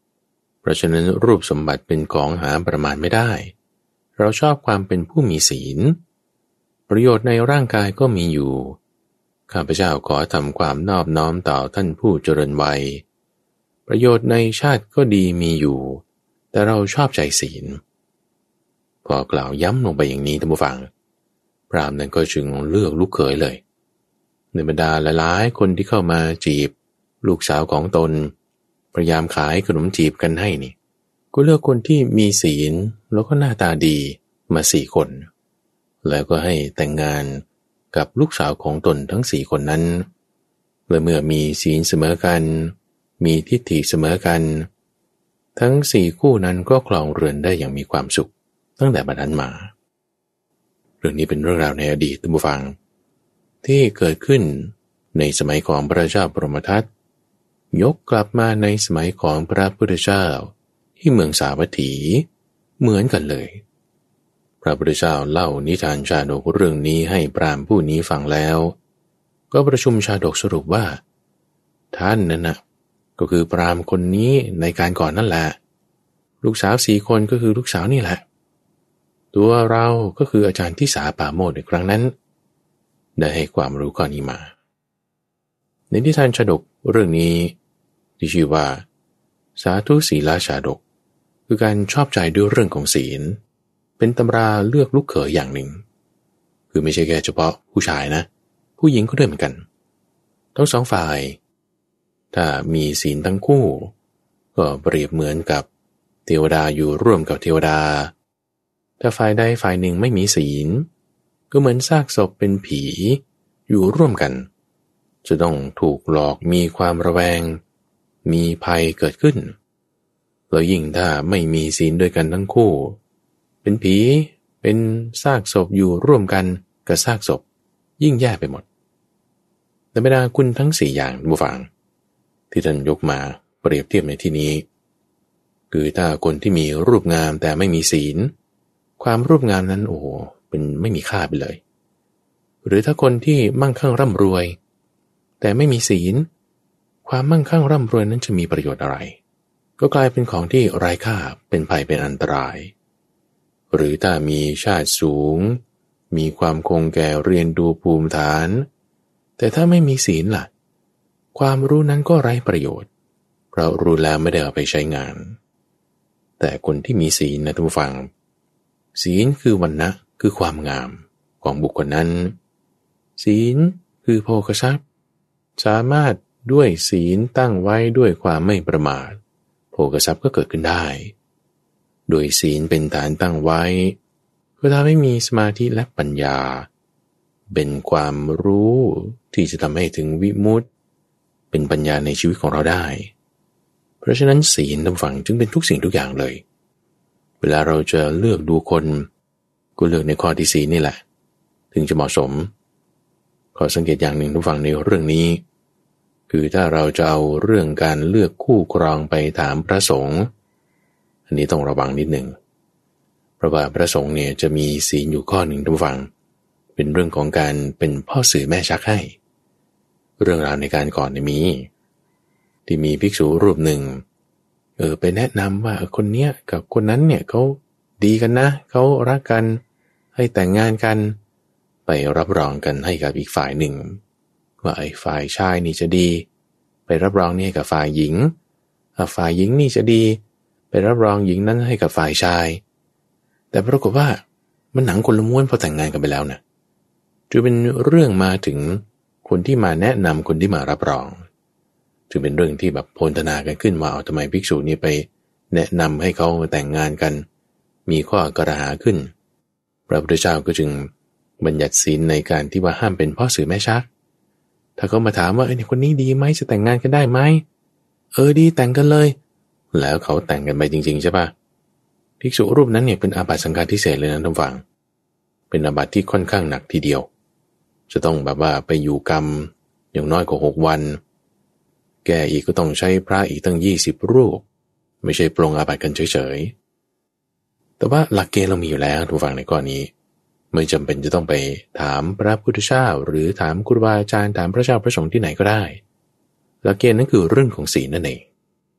Speaker 1: เพราะฉะนั้นรูปสมบัติเป็นของหาประมาณไม่ได้เราชอบความเป็นผู้มีศีลประโยชน์ในร่างกายก็มีอยู่ข้าพเจ้าขอทำความนอบน้อมต่อท่านผู้เจริญวัยประโยชน์ในชาติก็ดีมีอยู่แต่เราชอบใจศีลพอกล่าวย้ำลงไปอย่างนี้ท่านผู้ฟังพราหมณ์นั้นก็จึงเลือกลูกเขยเลยในบรรดาหลายๆคนที่เข้ามาจีบลูกสาวของตนพยายามขายขนมจีบกันให้นี่ก็เลือกคนที่มีศีลแล้วก็หน้าตาดีมาสี่คนแล้วก็ให้แต่งงานกับลูกสาวของตนทั้งสี่คนนั้นเมื่อมีศีลเสมอกันมีทิฏฐิเสมอกันทั้งสี่คู่นั้นก็ครองเรือนได้อย่างมีความสุขตั้งแต่บัดนั้นมาเรื่องนี้เป็นเรื่องราวในอดีตท่านผู้ฟังที่เกิดขึ้นในสมัยของพระเจ้าปรมทัตยกกลับมาในสมัยของพระพุทธเจ้าที่เมืองสาวัตถีเหมือนกันเลยพระพุทธเจ้าเล่านิทานชาดกเรื่องนี้ให้พราหมณ์ผู้นี้ฟังแล้วก็ประชุมชาดกสรุปว่าท่านนั่นนะก็คือพราหมณ์คนนี้ในการก่อนนั่นแหละลูกสาวสี่คนก็คือลูกสาวนี่แหละตัวเราก็คืออาจารย์ที่สาปาโมทในครั้งนั้นได้ให้ความรู้ข้อนี้มาในนิทานชาดกเรื่องนี้ที่ชื่อว่าสาธุศีลชาดกคือการชอบใจด้วยเรื่องของศีลเป็นตำราเลือกลูกเขยอย่างหนึ่งคือไม่ใช่แค่เฉพาะผู้ชายนะผู้หญิงก็ด้วยเหมือนกันทั้งสองฝ่ายถ้ามีศีลทั้งคู่ก็เปรียบเหมือนกับเทวดาอยู่ร่วมกับเทวดาถ้าฝ่ายใดฝ่ายหนึ่งไม่มีศีลก็เหมือนซากศพเป็นผีอยู่ร่วมกันจะต้องถูกหลอกมีความระแวงมีภัยเกิดขึ้นแล้วยิ่งถ้าไม่มีศีลด้วยกันทั้งคู่เป็นผีเป็นซากศพอยู่ร่วมกันกับซากศพยิ่งแย่ไปหมดแต่บรรดาคุณทั้งสี่อย่างบุฟังที่ท่านยกมาเปรียบเทียบในที่นี้คือถ้าคนที่มีรูปงามแต่ไม่มีศีลความรูปงามนั้นโอ้เป็นไม่มีค่าไปเลยหรือถ้าคนที่มั่งคั่งร่ำรวยแต่ไม่มีศีลความมั่งคั่งร่ำรวยนั้นจะมีประโยชน์อะไรก็กลายเป็นของที่ไร้ค่าเป็นภัยเป็นอันตรายหรือถ้ามีชาติสูงมีความคงแก่เรียนดูภูมิฐานแต่ถ้าไม่มีศีลล่ะความรู้นั้นก็ไร้ประโยชน์เพราะรู้แล้วไม่ได้เอาไปใช้งานแต่คนที่มีศีลนะท่านผู้ฟังศีลคือวรรณะคือความงามของบุคคลนั้นศีลคือโภคทรัพย์สามารถด้วยศีลตั้งไว้ด้วยความไม่ประมาทโภคทรัพย์ก็เกิดขึ้นได้โดยศีลเป็นฐานตั้งไว้ก็ทำให้มีสมาธิและปัญญาเป็นความรู้ที่จะทำให้ถึงวิมุตติเป็นปัญญาในชีวิตของเราได้เพราะฉะนั้นศีลทำฝังจึงเป็นทุกสิ่งทุกอย่างเลยเวลาเราจะเลือกดูคนก็เลือกในข้อที่ศีลนี่แหละถึงจะเหมาะสมขอสังเกตอย่างหนึ่งทุกฝั่งในเรื่องนี้คือถ้าเราจะเอาเรื่องการเลือกคู่ครองไปถามพระสงฆ์อันนี้ต้องระวังนิดหนึ่งเพราะว่าพระสงฆ์เนี่ยจะมีศีลอยู่ข้อหนึ่งทุกฝั่งเป็นเรื่องของการเป็นพ่อสื่อแม่ชักให้เรื่องราวในการก่อนมีที่มีภิกษุรูปหนึ่งเออไปแนะนำว่าคนเนี้ยกับคนนั้นเนี่ยเขาดีกันนะเขารักกันให้แต่งงานกันไปรับรองกันให้กับอีกฝ่ายหนึ่งว่าไอ้ฝ่ายชายนี่จะดีไปรับรองนี่ให้กับฝ่ายหญิงฝ่ายหญิงนี่จะดีไปรับรองหญิงนั้นให้กับฝ่ายชายแต่ปรากฏว่ามันหนังคนละม้วนพอแต่งงานกันไปแล้วนะจึงเป็นเรื่องมาถึงคนที่มาแนะนำคนที่มารับรองจึงเป็นเรื่องที่แบบโพลธนากันขึ้นว่าเอาทำไมภิกษุนี้ไปแนะนำให้เขาแต่งงานกันมีข้อกระหาขึ้นพระพุทธเจ้าก็จึงบัญญัติศีลในการที่ว่าห้ามเป็นพ่อสื่อแม่ชักถ้าเขามาถามว่าไอ้คนนี้ดีไหมจะแต่งงานกันได้ไหมเออดีแต่งกันเลยแล้วเขาแต่งกันไปจริงๆใช่ปะภิกษุรูปนั้นเนี่ยเป็นอาบัติสังฆาทิเศษเลยนะท่านฟังเป็นอาบัติที่ค่อนข้างหนักทีเดียวจะต้องแบบว่าไปอยู่กรรมอย่างน้อยกว่าหกวันแก่อีกก็ต้องใช้พระอีกตั้งยี่สิบรูปไม่ใช่ปรงอาบัติกันเฉยๆแต่ว่าหลักเกณฑ์เรามีอยู่แล้วทุกฝั่งในข้อนี้ไม่จำเป็นจะต้องไปถามพระพุทธเจ้าหรือถามครูบาอาจารย์ถามพระเจ้าพระสงฆ์ที่ไหนก็ได้หลักเกณฑ์นั้นคือเรื่องของศีลนั่นเอง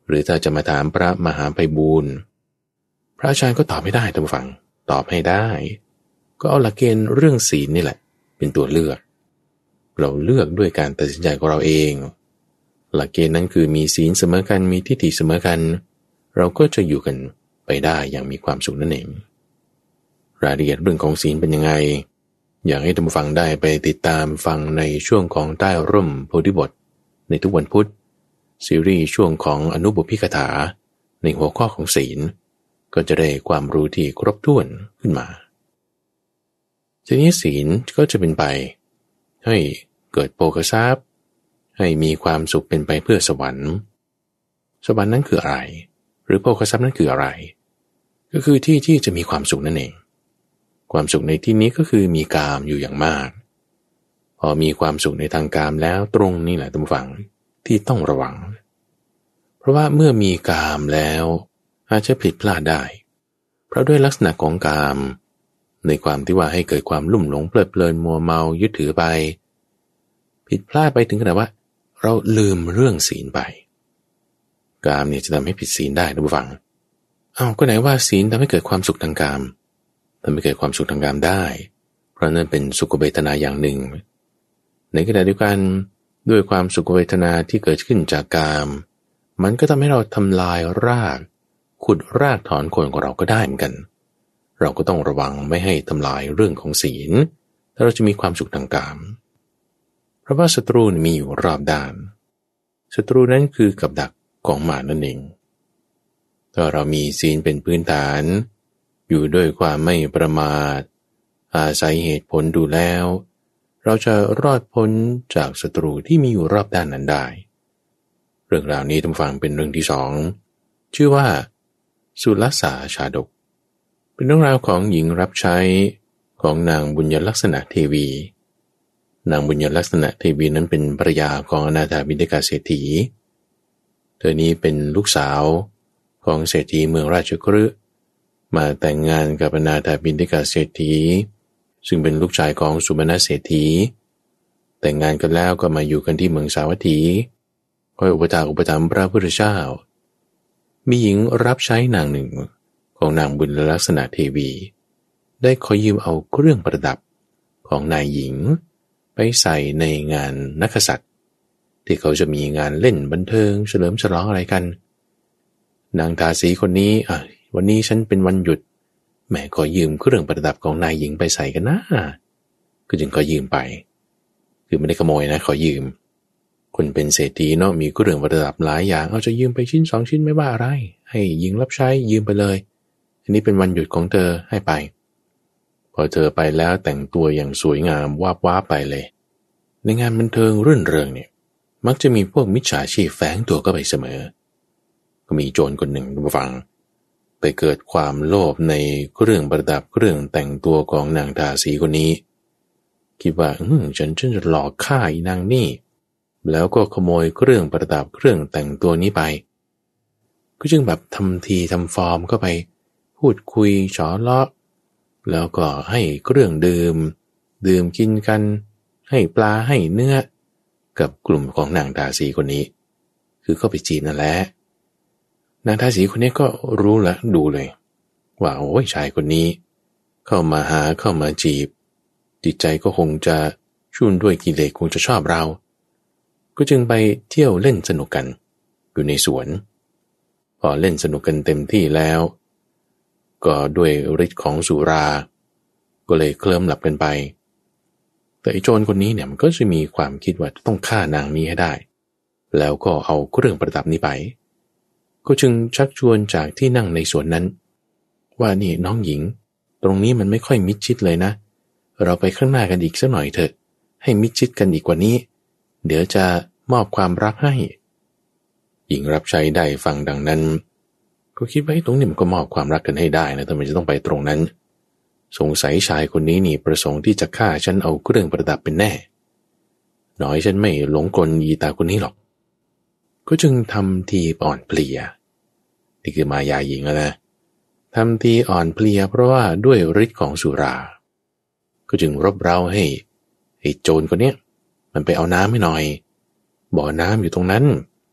Speaker 1: หรือถ้าจะมาถามพระมหาไพบูลย์พระอาจารย์ก็ตอบไม่ได้ท่านผู้ฟังตอบให้ได้ก็เอาหลักเกณฑ์เรื่องศีลนี่แหละเป็นตัวเลือกเราเลือกด้วยการตัดสินใจของเราเองหลักเกณฑ์นั้นคือมีศีลเสมอกันมีทิฏฐิเสมอกันเราก็จะอยู่กันไปได้อย่างมีความสุขนั่นเองรายละเอียดเรื่องของศีลเป็นยังไงอยากให้ท่านผู้ฟังได้ไปติดตามฟังในช่วงของใต้ร่มโพธิบทในทุกวันพุธซีรีส์ช่วงของอนุบุพพิกถาในหัวข้อของศีลก็จะได้ความรู้ที่ครบถ้วนขึ้นมาทีนี้ศีลก็จะเป็นไปให้เกิดโภคทรัพย์ให้มีความสุขเป็นไปเพื่อสวรรค์สวรรค์นั้นคืออะไรหรือโภคทรัพย์นั้นคืออะไรก็คือที่ที่จะมีความสุขนั่นเองความสุขในที่นี้ก็คือมีกามอยู่อย่างมากพอมีความสุขในทางกามแล้วตรงนี้แหละท่านผู้ฟังที่ต้องระวังเพราะว่าเมื่อมีกามแล้วอาจจะผิดพลาดได้เพราะด้วยลักษณะของกามในความที่ว่าให้เกิดความลุ่มหลงเพลิดเพลินมัวเมายึดถือไปผิดพลาดไปถึงขนาดว่าเราลืมเรื่องศีลไปกามเนี่ยจะทำให้ผิดศีลได้ท่านผู้ฟังอ้าวก็ไหนว่าศีลทำให้เกิดความสุขทางกามทำให้เกิดความสุขทางกามได้เพราะนั่นเป็นสุขเวทนาอย่างหนึ่งในขณะเดียวกันด้วยความสุขเวทนาที่เกิดขึ้นจากกามมันก็ทำให้เราทำลายรากขุดรากถอนโคนของเราก็ได้เหมือนกันเราก็ต้องระวังไม่ให้ทำลายเรื่องของศีลถ้าเราจะมีความสุขทางกามเพราะว่าศัตรูมีอยู่รอบด้านศัตรูนั้นคือกับดักของมารนั่นเองถ้าเรามีศีลเป็นพื้นฐานอยู่ด้วยความไม่ประมาทอาศัยเหตุผลดูแล้วเราจะรอดพ้นจากศัตรูที่มีอยู่รอบด้านนั้นได้เรื่องราวนี้ท่านฟังเป็นเรื่องที่สองชื่อว่าสุลสาชาดกเป็นเรื่องราวของหญิงรับใช้ของนางบุญยลักษณะเทวีนางบุญยลักษณะเทวีนั้นเป็นภรรยาของอนาถบิณฑิกาเศรษฐีเธอนี้เป็นลูกสาวของเศรษฐีเมืองราชคฤห์มาแต่งงานกับอนาถบิณฑิกาเศรษฐีซึ่งเป็นลูกชายของสุมาณเศรษฐีแต่งงานกันแล้วก็มาอยู่กันที่เมืองสาวัตถีคอยอุปถากอุปถัมภ์พระพุทธเจ้ามีหญิงรับใช้นางหนึ่งของนางบุญลักษณะเทวีได้ขอยืมเอาเครื่องประดับของนายหญิงไปใส่ในงานนักษัตริย์ที่เขาจะมีงานเล่นบันเทิงเฉลิมฉลองอะไรกันนางทาสีคนนี้อ่ะวันนี้ฉันเป็นวันหยุดแม่ขอยืมเครื่องประดับของนายหญิงไปใส่กันนะก็จึงขอยืมไปคือไม่ได้ขโมยนะขอยืมคนเป็นเศรษฐีเนาะมีเครื่องประดับหลายอย่างเอาจะยืมไปชิ้นสองชิ้นไม่ว่าอะไรให้หญิงรับใช้ยืมไปเลยอันนี้เป็นวันหยุดของเธอให้ไปพอเธอไปแล้วแต่งตัวอย่างสวยงามวาบว้าไปเลยในงานบันเทิงรื่นเริงเนี่ยมักจะมีพวกมิจฉาชีพแฝงตัวเข้าไปเสมอก็มีโจรคนหนึ่งมาฟังไปเกิดความโลภในเครื่องประดับเครื่องแต่งตัวของนางทาสีคนนี้คิดว่าอืมฉันฉันจะหลอกฆ่าอีนางนี่แล้วก็ขโมยเครื่องประดับเครื่องแต่งตัวนี้ไปก็จึงแบบทำทีทำฟอร์มก็ไปพูดคุยฉอเลาะแล้วก็ให้เครื่องดื่มดื่มกินกันให้ปลาให้เนื้อกับกลุ่มของนางทาสีคนนี้คือเข้าไปจีบนั่นแหละนางทาสีคนนี้ก็รู้และดูเลยว่าโอ้ยชายคนนี้เข้ามาหาเข้ามาจีบจิตใจก็คงจะชุ่มด้วยกิเลสคงจะชอบเราก็จึงไปเที่ยวเล่นสนุกกันอยู่ในสวนพอเล่นสนุกกันเต็มที่แล้วก็ด้วยฤทธิ์ของสุราก็เลยเคลิ้มหลับกันไปแต่ไอ้โจรคนนี้เนี่ยมันก็จะมีความคิดว่าต้องฆ่านางนี้ให้ได้แล้วก็เอาเครื่องประดับนี้ไปก็จึงชักชวนจากที่นั่งในสวนนั้นว่านี่น้องหญิงตรงนี้มันไม่ค่อยมิดชิดเลยนะเราไปข้างหน้ากันอีกสักหน่อยเถอะให้มิดชิดกันอีกกว่านี้เดี๋ยวจะมอบความรักให้หญิงรับใช้ได้ฟังดังนั้นก็คิดว่าตรงนี้มันก็มอบความรักกันให้ได้นะทำไมจะต้องไปตรงนั้นสงสัยชายคนนี้นี่ประสงค์ที่จะฆ่าฉันเอาเครื่องประดับเป็นแน่น้อยฉันไม่หลงกลยีตาคนนี้หรอกก็จึงทำทีอ่อนเพลียนี่คือมายาหญิงนะทำทีอ่อนเพลียเพราะว่าด้วยฤทธิ์ของสุราก็จึงรบเร้าให้ไอ้โจรคนนี้มันไปเอาน้ำให้หน่อยบ่อน้ำอยู่ตรงนั้น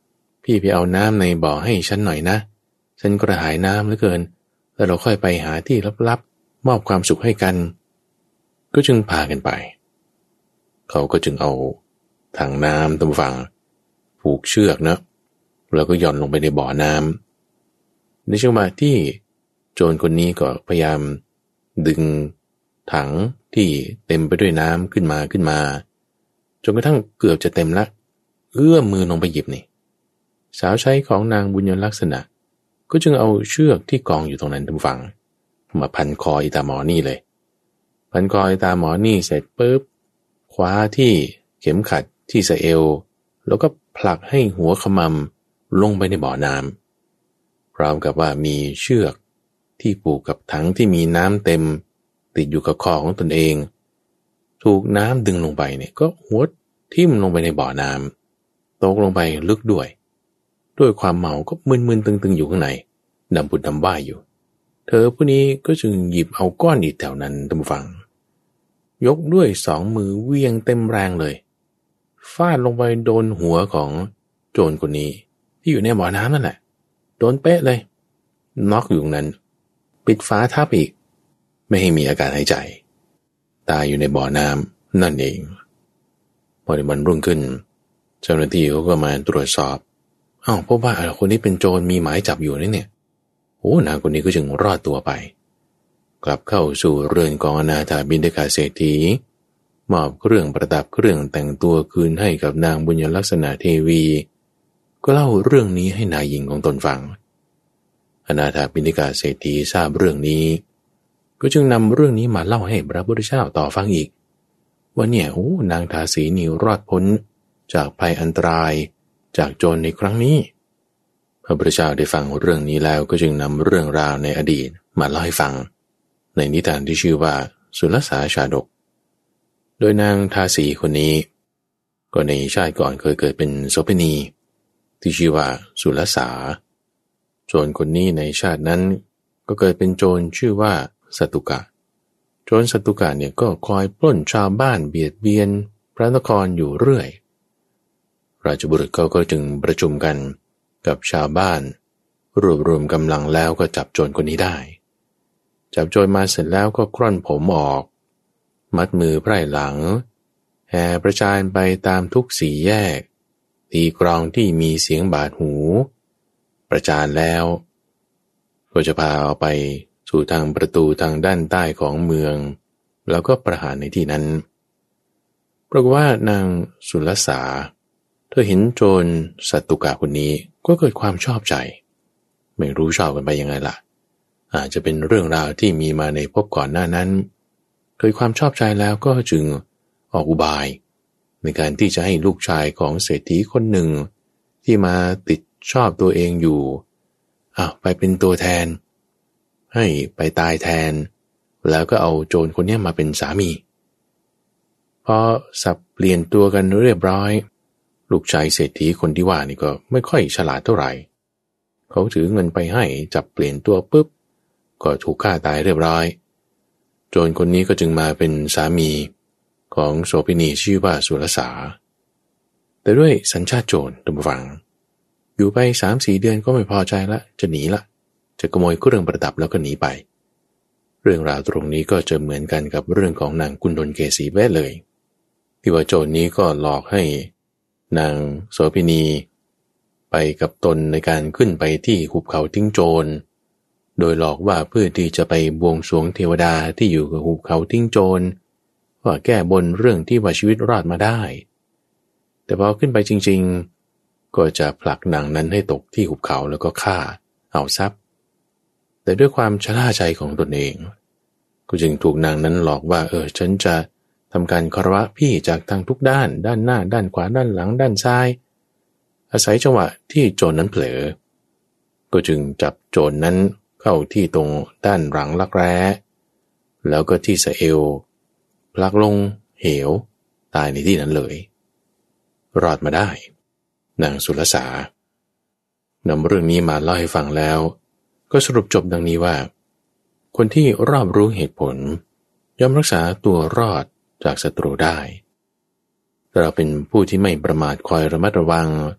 Speaker 1: พี่ไปเอาน้ำในบ่อให้ฉันหน่อยนะฉันกระหายน้ำเหลือเกินแล้วเราค่อยไปหาที่ลับๆมอบความสุขให้กันก็จึงพากันไปเขาก็จึงเอาถังน้ำตรงฝั่งผูกเชือกนะแล้วก็หย่อนลงไปในบ่อน้ำในจังหวะที่โจรคนนี้ก็พยายามดึงถังที่เต็มไปด้วยน้ำขึ้นมาขึ้นมาจนกระทั่งเกือบจะเต็มละเอื้อมมือลงไปหยิบนี่สาวใช้ของนางบุญยลักษณะก็จึงเอาเชือกที่กองอยู่ตรงนั้นทางฝั่งมาพันคออีตาหมอนี่เลยพันคออีตาหมอนี่เสร็จปุ๊บคว้าที่เข็มขัดที่สะเอวแล้วก็ผลักให้หัวขมำลงไปในบ่อน้ำพร้อมกับว่ามีเชือกที่ผูกกับถังที่มีน้ำเต็มติดอยู่กับคอของตนเองถูกน้ำดึงลงไปเนี่ยก็หัวทิ่มลงไปในบ่อน้ำตกลงไปลึกด้วยด้วยความเมาก็มึนๆตึงๆอยู่ข้างในดำผุดดำว่ายอยู่เธอผู้นี้ก็จึงหยิบเอาก้อนอิฐแถวนั้นตำฟังยกด้วยสองมือเวียงเต็มแรงเลยฟาดลงไปโดนหัวของโจรคนนี้ที่อยู่ในบ่อน้ำนั่นแหละโดนเป๊ะเลยน็อกอยู่ตรงนั้นปิดฝาทับอีกไม่ให้มีอาการหายใจตายอยู่ในบ่อน้ำนั่นเองพอในวันรุ่งขึ้นเจ้าหน้าที่เขาก็มาตรวจสอบอ้าวพบว่าคนนี้เป็นโจรมีหมายจับอยู่นี่เนี่ยโอ้นางคนนี้ก็จึงรอดตัวไปกลับเข้าสู่เรือนของอนาถาบิณฑิกาเศรษฐีมอบเครื่องประดับเครื่องแต่งตัวคืนให้กับนางบุญยลักษณะเทวีก็เล่าเรื่องนี้ให้นายหญิงของตนฟังอนาถาบิณฑิกาเศรษฐีทราบเรื่องนี้ก็จึงนำเรื่องนี้มาเล่าให้พระพุทธเจ้าต่อฟังอีกว่าเนี่ยโอ้นางทาสีนี่รอดพ้นจากภัยอันตรายจากโจรในครั้งนี้พระพุทธเจ้าได้ฟังเรื่องนี้แล้วก็จึงนำเรื่องราวในอดีตมาเล่าให้ฟังในนิทานที่ชื่อว่าสุลสาชาดกโดยนางทาสีคนนี้ก็ในชาติก่อนเคยเกิดเป็นโสเภณีที่ชื่อว่าสุลสาโจรคนนี้ในชาตินั้นก็เกิดเป็นโจรชื่อว่าสัตตุกะโจรสัตตุกะเนี่ยก็คอยปล้นชาวบ้านเบียดเบียนพระนครอยู่เรื่อยราชบุรุษเขาก็จึงประชุมกันกับชาวบ้านรวบรวมกำลังแล้วก็จับโจรคนนี้ได้จับโจรมาเสร็จแล้วก็คร่อนผมออกมัดมือไพร่หลังแห่ประจานไปตามทุกสี่แยกตีกลองที่มีเสียงบาดหูประจานแล้วก็จะพาเอาไปสู่ทางประตูทางด้านใต้ของเมืองแล้วก็ประหารในที่นั้นปรากฏว่านางสุลสาเธอเห็นโจรสัตตุกะคนนี้ก็เกิดความชอบใจไม่รู้ชอบกันไปยังไงล่ะอาจจะเป็นเรื่องราวที่มีมาในภพก่อนหน้านั้นเกิดความชอบใจแล้วก็จึงออกอุบายในการที่จะให้ลูกชายของเศรษฐีคนหนึ่งที่มาติดชอบตัวเองอยู่อ้าวไปเป็นตัวแทนให้ไปตายแทนแล้วก็เอาโจรคนนี้มาเป็นสามีพอสับเปลี่ยนตัวกันเรียบร้อยลูกชายเศรษฐีคนที่ว่านี่ก็ไม่ค่อยฉลาดเท่าไหร่เขาถือเงินไปให้จับเปลี่ยนตัวปุ๊บก็ถูกฆ่าตายเรียบร้อยโจรคนนี้ก็จึงมาเป็นสามีของโสเภณีชื่อว่าสุรสาแต่ด้วยสัญชาติโจรตามฟังอยู่ไป สามถึงสี่ เดือนก็ไม่พอใจละจะหนีละจะขโมยเครื่องประดับแล้วก็หนีไปเรื่องราวตรงนี้ก็จะเหมือนกันกับเรื่องของนางกุณฑลเกษีแวะเลยที่ว่าโจรนี้ก็หลอกให้นางโสเภณีไปกับตนในการขึ้นไปที่หุบเขาทิ้งโจรโดยหลอกว่าเพื่อที่จะไปบวงสรวงเทวดาที่อยู่กับหุบเขาทิ้งโจรว่าแก้บนเรื่องที่ว่าชีวิตรอดมาได้แต่พอขึ้นไปจริงๆก็จะผลักนางนั้นให้ตกที่หุบเขาแล้วก็ฆ่าเอาทรัพย์แต่ด้วยความชราใจของตนเองก็จึงถูกนางนั้นหลอกว่าเออฉันจะทำการคารวะพี่จากทางทุกด้านด้านหน้าด้านขวาด้านหลังด้านซ้ายอาศัยจังหวะที่โจรนั้นเผลอก็จึงจับโจรนั้นเข้าที่ตรงด้านหลังรักแร้แล้วก็ที่สะเอวพลักลงเหวตายในที่นั้นเลยรอดมาได้นางสุลสานำเรื่องนี้มาเล่าให้ฟังแล้วก็สรุปจบดังนี้ว่าคนที่รอบรู้เหตุผลย่อมรักษาตัวรอดจากศัตรูได้แต่เราเป็นผู้ที่ไม่ประมาทคอยระมัดระวัง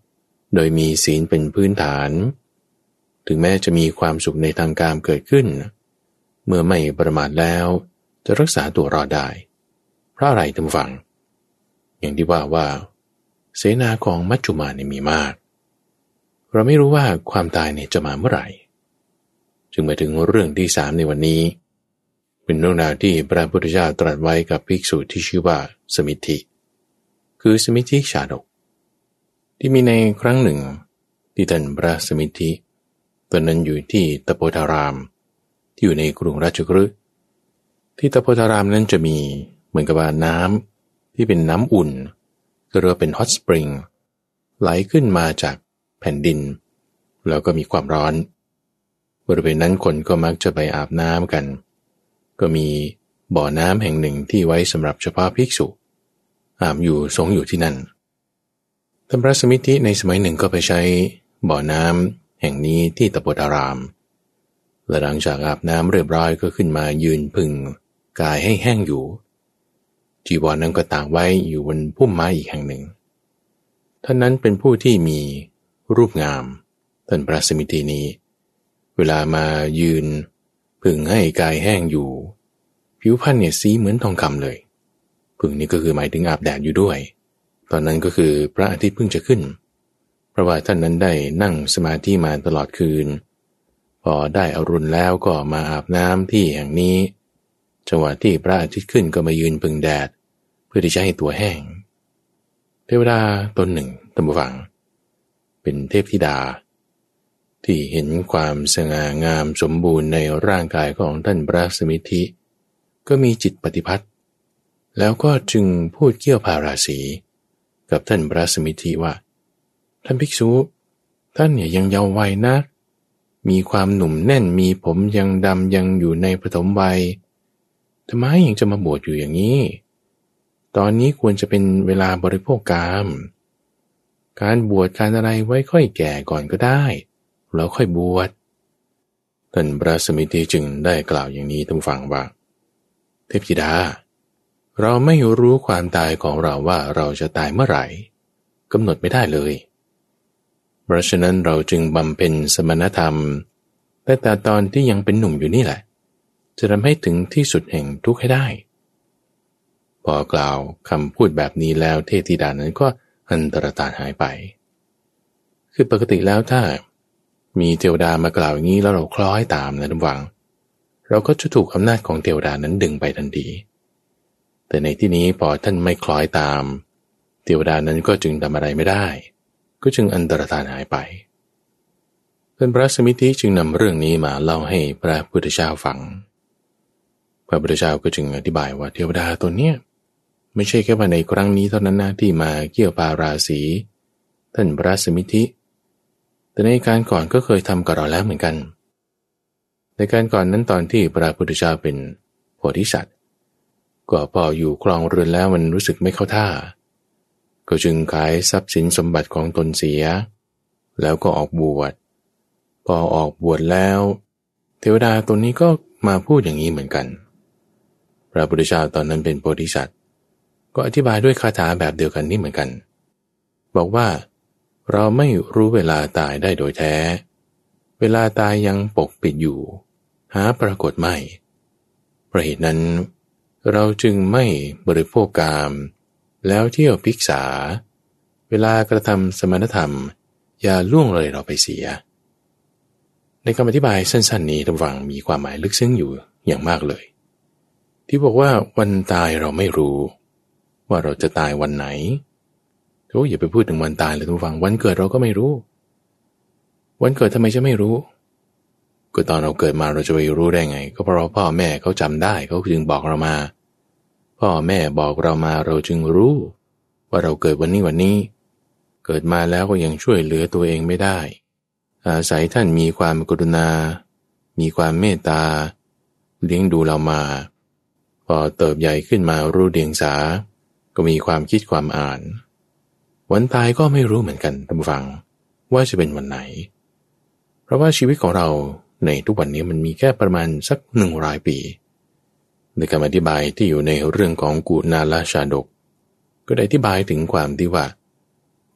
Speaker 1: โดยมีศีลเป็นพื้นฐานถึงแม้จะมีความสุขในทางกามเกิดขึ้นเมื่อไม่ประมาทแล้วจะรักษาตัวรอดได้เพราะอะไรท่านผู้ฟังอย่างที่ว่าว่าเสนาของมัจจุมาเนี่ยมีมากเราไม่รู้ว่าความตายเนี่ยจะมาเมื่อไหร่จึงมาถึงเรื่องที่สามในวันนี้เป็นเรื่องราวที่พระพุทธเจ้าตรัสไว้กับภิกษุที่ชื่อว่าสมิทธิคือสมิทธิชาดกที่มีในครั้งหนึ่งที่ท่านพระสมิทธิตอนนั้นอยู่ที่ตโปธารามที่อยู่ในกรุงราชคฤห์ที่ตโปธารามนั้นจะมีเหมือนกับว่าน้ำที่เป็นน้ำอุ่นก็เรียกว่าเป็นฮอตสปริงไหลขึ้นมาจากแผ่นดินแล้วก็มีความร้อนบริเวณนั้นคนก็มักจะไปอาบน้ำกันก็มีบ่อน้ำแห่งหนึ่งที่ไว้สำหรับเฉพาะภิกษุอาบอยู่สงอยู่ที่นั่นท่านพระสมิทธิในสมัยหนึ่งก็ไปใช้บ่อน้ำแห่งนี้ที่ตโปธารามและหลังจากอาบน้ำเรียบร้อยก็ขึ้นมายืนพึ่งกายให้แห้งอยู่จีวรนั้นก็ตากไว้อยู่บนพุ่มไม้อีกแห่งหนึ่งท่านนั้นเป็นผู้ที่มีรูปงามท่านพระสมิทธินี้เวลามายืนพึ่งให้กายแห้งอยู่ผิวพรรณเนี่ยสีเหมือนทองคำเลยพึ่งนี้ก็คือหมายถึงอาบแดดอยู่ด้วยตอนนั้นก็คือพระอาทิตย์เพิ่งจะขึ้นเพราะว่าท่านนั้นได้นั่งสมาธิมาตลอดคืนพอได้อรุณแล้วก็มาอาบน้ำที่แห่งนี้จังหวะที่พระอาทิตย์ขึ้นก็มายืนพึ่งแดดเพื่อที่จะให้ตัวแห้งเทวดาตนหนึ่งท่านผู้ฟังเป็นเทพธิดาที่เห็นความสง่างามสมบูรณ์ในร่างกายของท่านพระสมิทธิก็มีจิตปฏิพัทธ์แล้วก็จึงพูดเกี่ยวพาราสีกับท่านพระสมิทธิว่าท่านภิกษุท่านเนี่ยยังเยาว์วัยนักมีความหนุ่มแน่นมีผมยังดำยังอยู่ในปฐมวัยทำไมยังจะมาบวชอยู่อย่างนี้ตอนนี้ควรจะเป็นเวลาบริโภคกามการบวชการอะไรไว้ค่อยแก่ก่อนก็ได้แล้วค่อยบวชท่านพระสมิทธิจึงได้กล่าวอย่างนี้ท่านฟังว่าเทพธิดาเราไม่รู้ความตายของเราว่าเราจะตายเมื่อไหร่กำหนดไม่ได้เลยเพราะฉะนั้นเราจึงบำเพ็ญสมณธรรมแต่แต่ตอนที่ยังเป็นหนุ่มอยู่นี่แหละจะทำให้ถึงที่สุดแห่งทุกข์ให้ได้พอกล่าวคำพูดแบบนี้แล้วเทพธิดานั้นก็อันตรธานหายไปคือปกติแล้วถ้ามีเทวดามากล่าวอย่างนี้แล้วเราคล้อยตามนะท่านฟังเราก็จะถูกอำนาจของเทวดานั้นดึงไปทันทีแต่ในที่นี้พอท่านไม่คล้อยตามเทวดานั้นก็จึงทำอะไรไม่ได้ก็จึงอันตรธานหายไปท่านพระสมิทธิจึงนำเรื่องนี้มาเล่าให้พระพุทธเจ้าฟังพระพุทธเจ้าก็จึงอธิบายว่าเทวดาตัวเนี้ยไม่ใช่แค่ว่าในครั้งนี้เท่านั้นนะที่มาเกี่ยวพาราสีท่านพระสมิทธิแต่ในการก่อนก็เคยทำกับเราแล้วเหมือนกันในการก่อนนั้นตอนที่พระพุทธเจ้าเป็นโพธิสัตว์ก็พออยู่ครองเรือนแล้วมันรู้สึกไม่เข้าท่าก็จึงขายทรัพย์สินสมบัติของตนเสียแล้วก็ออกบวชพอออกบวชแล้วเทวดาตัวนี้ก็มาพูดอย่างนี้เหมือนกันพระพุทธเจ้าตอนนั้นเป็นโพธิสัตว์ก็อธิบายด้วยคาถาแบบเดียวกันนี่เหมือนกันบอกว่าเราไม่รู้เวลาตายได้โดยแท้เวลาตายยังปกปิดอยู่หาปรากฏไม่เพราะเหตุนั้นเราจึงไม่บริโภคกามแล้วเที่ยวภิกษาเวลากระทำสมณธรรมอย่าล่วงเลยเราไปเสียในคำอธิบายสั้นๆนี้ท่านฟังมีความหมายลึกซึ้งอยู่อย่างมากเลยที่บอกว่าวันตายเราไม่รู้ว่าเราจะตายวันไหนโอ้อย่าไปพูดถึงวันตายเลยท่านฟังวันเกิดเราก็ไม่รู้วันเกิดทำไมจะไม่รู้ก็ตอนเราเกิดมาเราจะไปรู้ได้ไงก็เพราะพ่อแม่เขาจำได้เขาจึงบอกเรามาพ่อแม่บอกเรามาเราจึงรู้ว่าเราเกิดวันนี้วันนี้เกิดมาแล้วก็ยังช่วยเหลือตัวเองไม่ได้อาศัยท่านมีความกรุณามีความเมตตาเลี้ยงดูเรามาพอเติบใหญ่ขึ้นมารู้เดียงสาก็มีความคิดความอ่านวันตายก็ไม่รู้เหมือนกันท่านผู้ฟังว่าจะเป็นวันไหนเพราะว่าชีวิตของเราในทุกวันนี้มันมีแค่ประมาณสักหนึ่งร้อยปีในคำอธิบายที่อยู่ในเรื่องของกุณาลชาดกก็ได้อธิบายถึงความที่ว่า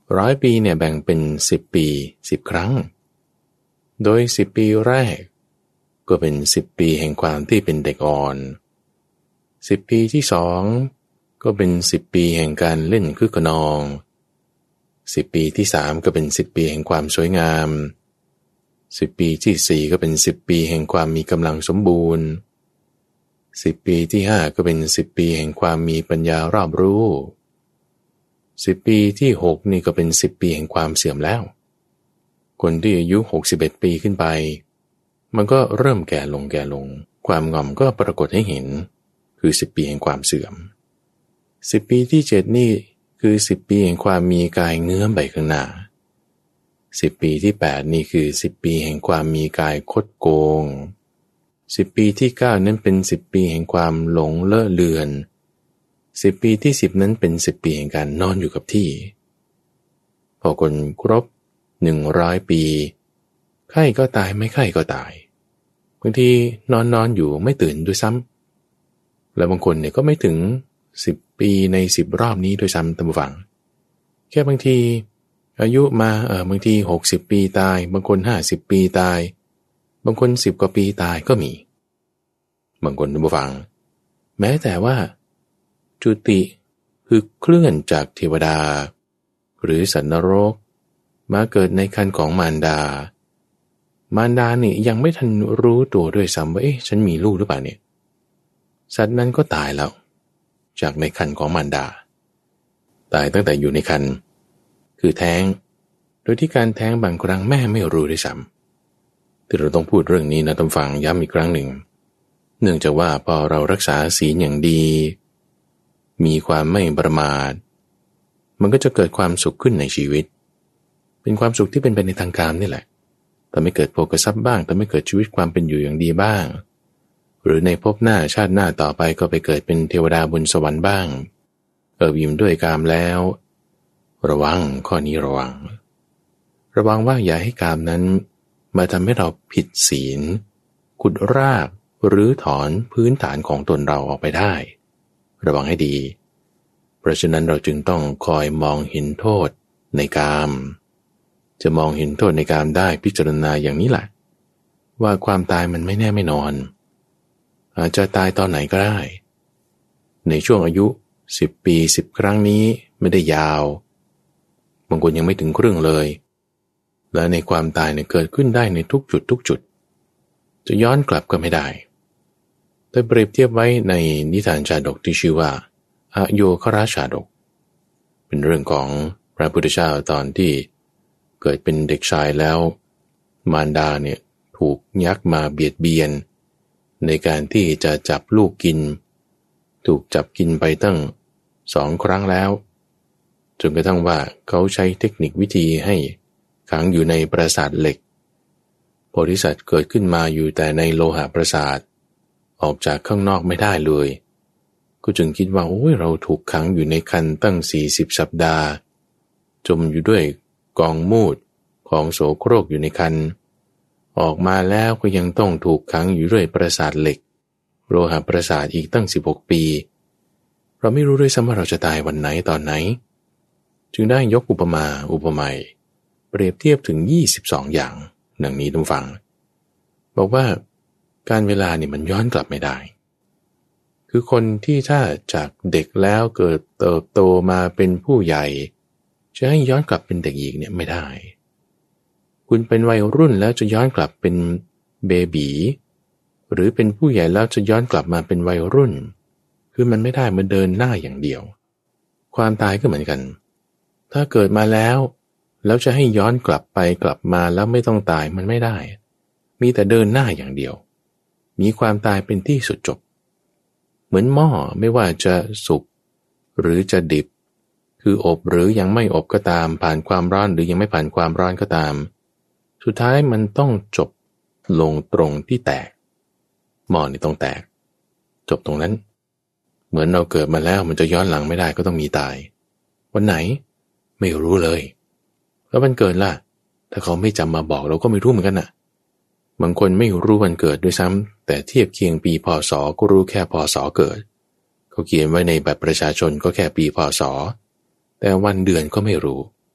Speaker 1: ร้อยปีเนี่ยแบ่งเป็นสิบปีสิบครั้งโดยสิบปีแรกก็เป็นสิบปีแห่งความที่เป็นเด็กอ่อนสิบปีที่สองก็เป็นสิบปีแห่งการเล่นคึกขนองสิบปีที่สามก็เป็นสิบปีแห่งความสวยงามสิบปีที่สี่ก็เป็นสิบปีแห่งความมีกำลังสมบูรณ์สิบปีที่ห้าก็เป็นสิบปีแห่งความมีปัญญารอบรู้สิบปีที่หกนี่ก็เป็นสิบปีแห่งความเสื่อมแล้วคนที่อายุหกสิบเอ็ดปีขึ้นไปมันก็เริ่มแก่ลงแก่ลงความงอมก็ปรากฏให้เห็นคือสิบปีแห่งความเสื่อมสิบปีที่เจ็ดนี่คือสิบปีแห่งความมีกายเงื้อมไปข้างหน้าสิบปีที่แปดนี่คือสิบปีแห่งความมีกายคดโกงสิบปีที่เก้านั้นเป็นสิบปีแห่งความหลงเลอะเลือนสิบปีที่สิบนั้นเป็นสิบปีแห่งการนอนอยู่กับที่พอคนครบหนึ่งร้อยปีไข้ก็ตายไม่ไข้ก็ตายบางทีนอนนอนอยู่ไม่ตื่นด้วยซ้ำแล้วบางคนเนี่ยก็ไม่ถึงสิบปีในสิบรอบนี้ด้วยซ้ำตามฟังแค่บางทีอายุมาเออบางทีหกสิบปีตายบางคนห้าสิบปีตายบางคนสิบกว่าปีตายก็มีบางคนตามฟังแม้แต่ว่าจุติคือเคลื่อนจากเทวดาหรือสัตว์นรกมาเกิดในครรภ์ของมารดามารดาเนี่ยยังไม่ทันรู้ตัวด้วยซ้ำว่าเอ๊ะฉันมีลูกหรือเปล่าเนี่ยสัตว์นั้นก็ตายแล้วจากในครรภ์ของมารดาตายตั้งแต่อยู่ในครรภ์คือแท้งโดยที่การแท้งบางครั้งแม่ไม่รู้ด้วยซ้ำที่เราต้องพูดเรื่องนี้นะท่านฟังย้ำอีกครั้งหนึ่งเนื่องจากว่าพอเรารักษาศีลอย่างดีมีความไม่ประมาทมันก็จะเกิดความสุขขึ้นในชีวิตเป็นความสุขที่เป็นไปในทางกามนี่แหละทำให้เกิดโภคทรัพย์บ้างทำให้เกิดชีวิตความเป็นอยู่อย่างดีบ้างหรือในภพหน้าชาติหน้าต่อไปก็ไปเกิดเป็นเทวดาบนสวรรค์บ้างเอิบอิ่มด้วยกามแล้วระวังข้อนี้ระวังระวังว่าอย่าให้กามนั้นมาทำให้เราผิดศีลขุดรากหรือถอนพื้นฐานของตนเราออกไปได้ระวังให้ดีเพราะฉะนั้นเราจึงต้องคอยมองเห็นโทษในกามจะมองเห็นโทษในกามได้พิจารณาอย่างนี้แหละว่าความตายมันไม่แน่ไม่นอนอาจจะตายตอนไหนก็ได้ในช่วงอายุสิบปีสิบครั้งนี้ไม่ได้ยาวบางคนยังไม่ถึงครึ่งเลยและในความตายเนี่ยเกิดขึ้นได้ในทุกจุดทุกจุดจะย้อนกลับก็ไม่ได้โดยเปรียบเทียบไว้ในนิทานชาดกที่ชื่อว่าอโยคราชาดกเป็นเรื่องของพระพุทธเจ้าตอนที่เกิดเป็นเด็กชายแล้วมารดาเนี่ยถูกยักษ์มาเบียดเบียนในการที่จะจับลูกกินถูกจับกินไปตั้งสองครั้งแล้วจนกระทั่งว่าเขาใช้เทคนิควิธีให้ขังอยู่ในปราสาทเหล็กโพธิสัตว์เกิดขึ้นมาอยู่แต่ในโลหะปราสาทออกจากข้างนอกไม่ได้เลยก็จึงคิดว่าโอ้ยเราถูกขังอยู่ในครรภ์ตั้งสี่สิบสัปดาห์จมอยู่ด้วยกองมูดของโสโครกอยู่ในครรภ์ออกมาแล้วก็ยังต้องถูกขังอยู่ด้วยปราสาทเหล็กโลหะปราสาทอีกตั้งสิบหกปีเราไม่รู้ด้วยซ้ำว่าเราจะตายวันไหนตอนไหนจึงได้ยกอุปมาอุปไมยเปรียบเทียบถึงยี่สิบสองอย่างดังนี้ท่านฟังบอกว่าการเวลาเนี่ยมันย้อนกลับไม่ได้คือคนที่ถ้าจากเด็กแล้วเกิดเติบโตมาเป็นผู้ใหญ่จะให้ย้อนกลับเป็นเด็กอีกเนี่ยไม่ได้คุณเป็นวัยรุ่นแล้วจะย้อนกลับเป็นเบบีหรือเป็นผู้ใหญ่แล้วจะย้อนกลับมาเป็นวัยรุ่นคือมันไม่ได้มันเดินหน้าอย่างเดียวความตายก็เหมือนกันถ้าเกิดมาแล้วแล้วจะให้ย้อนกลับไปกลับมาแล้วไม่ต้องตายมันไม่ได้มีแต่เดินหน้าอย่างเดียวมีความตายเป็นที่สุดจบเหมือนหม้อไม่ว่าจะสุกหรือจะดิบคืออบหรือยังไม่อบก็ตามผ่านความร้อนหรือยังไม่ผ่านความร้อนก็ตามสุดท้ายมันต้องจบลงตรงที่แตกหม้อนี่ต้องแตกจบตรงนั้นเหมือนเราเกิดมาแล้วมันจะย้อนหลังไม่ได้ก็ต้องมีตายวันไหนไม่รู้เลยแล้ววันเกิดล่ะถ้าเขาไม่จำมาบอกเราก็ไม่รู้เหมือนกันน่ะบางคนไม่รู้วันเกิดด้วยซ้ำแต่เทียบเคียงปีพศก็รู้แค่พศเกิดเขาเขียนไว้ในบัตรประชาชนก็แค่ปีพศแต่วันเดือนก็ไม่รู้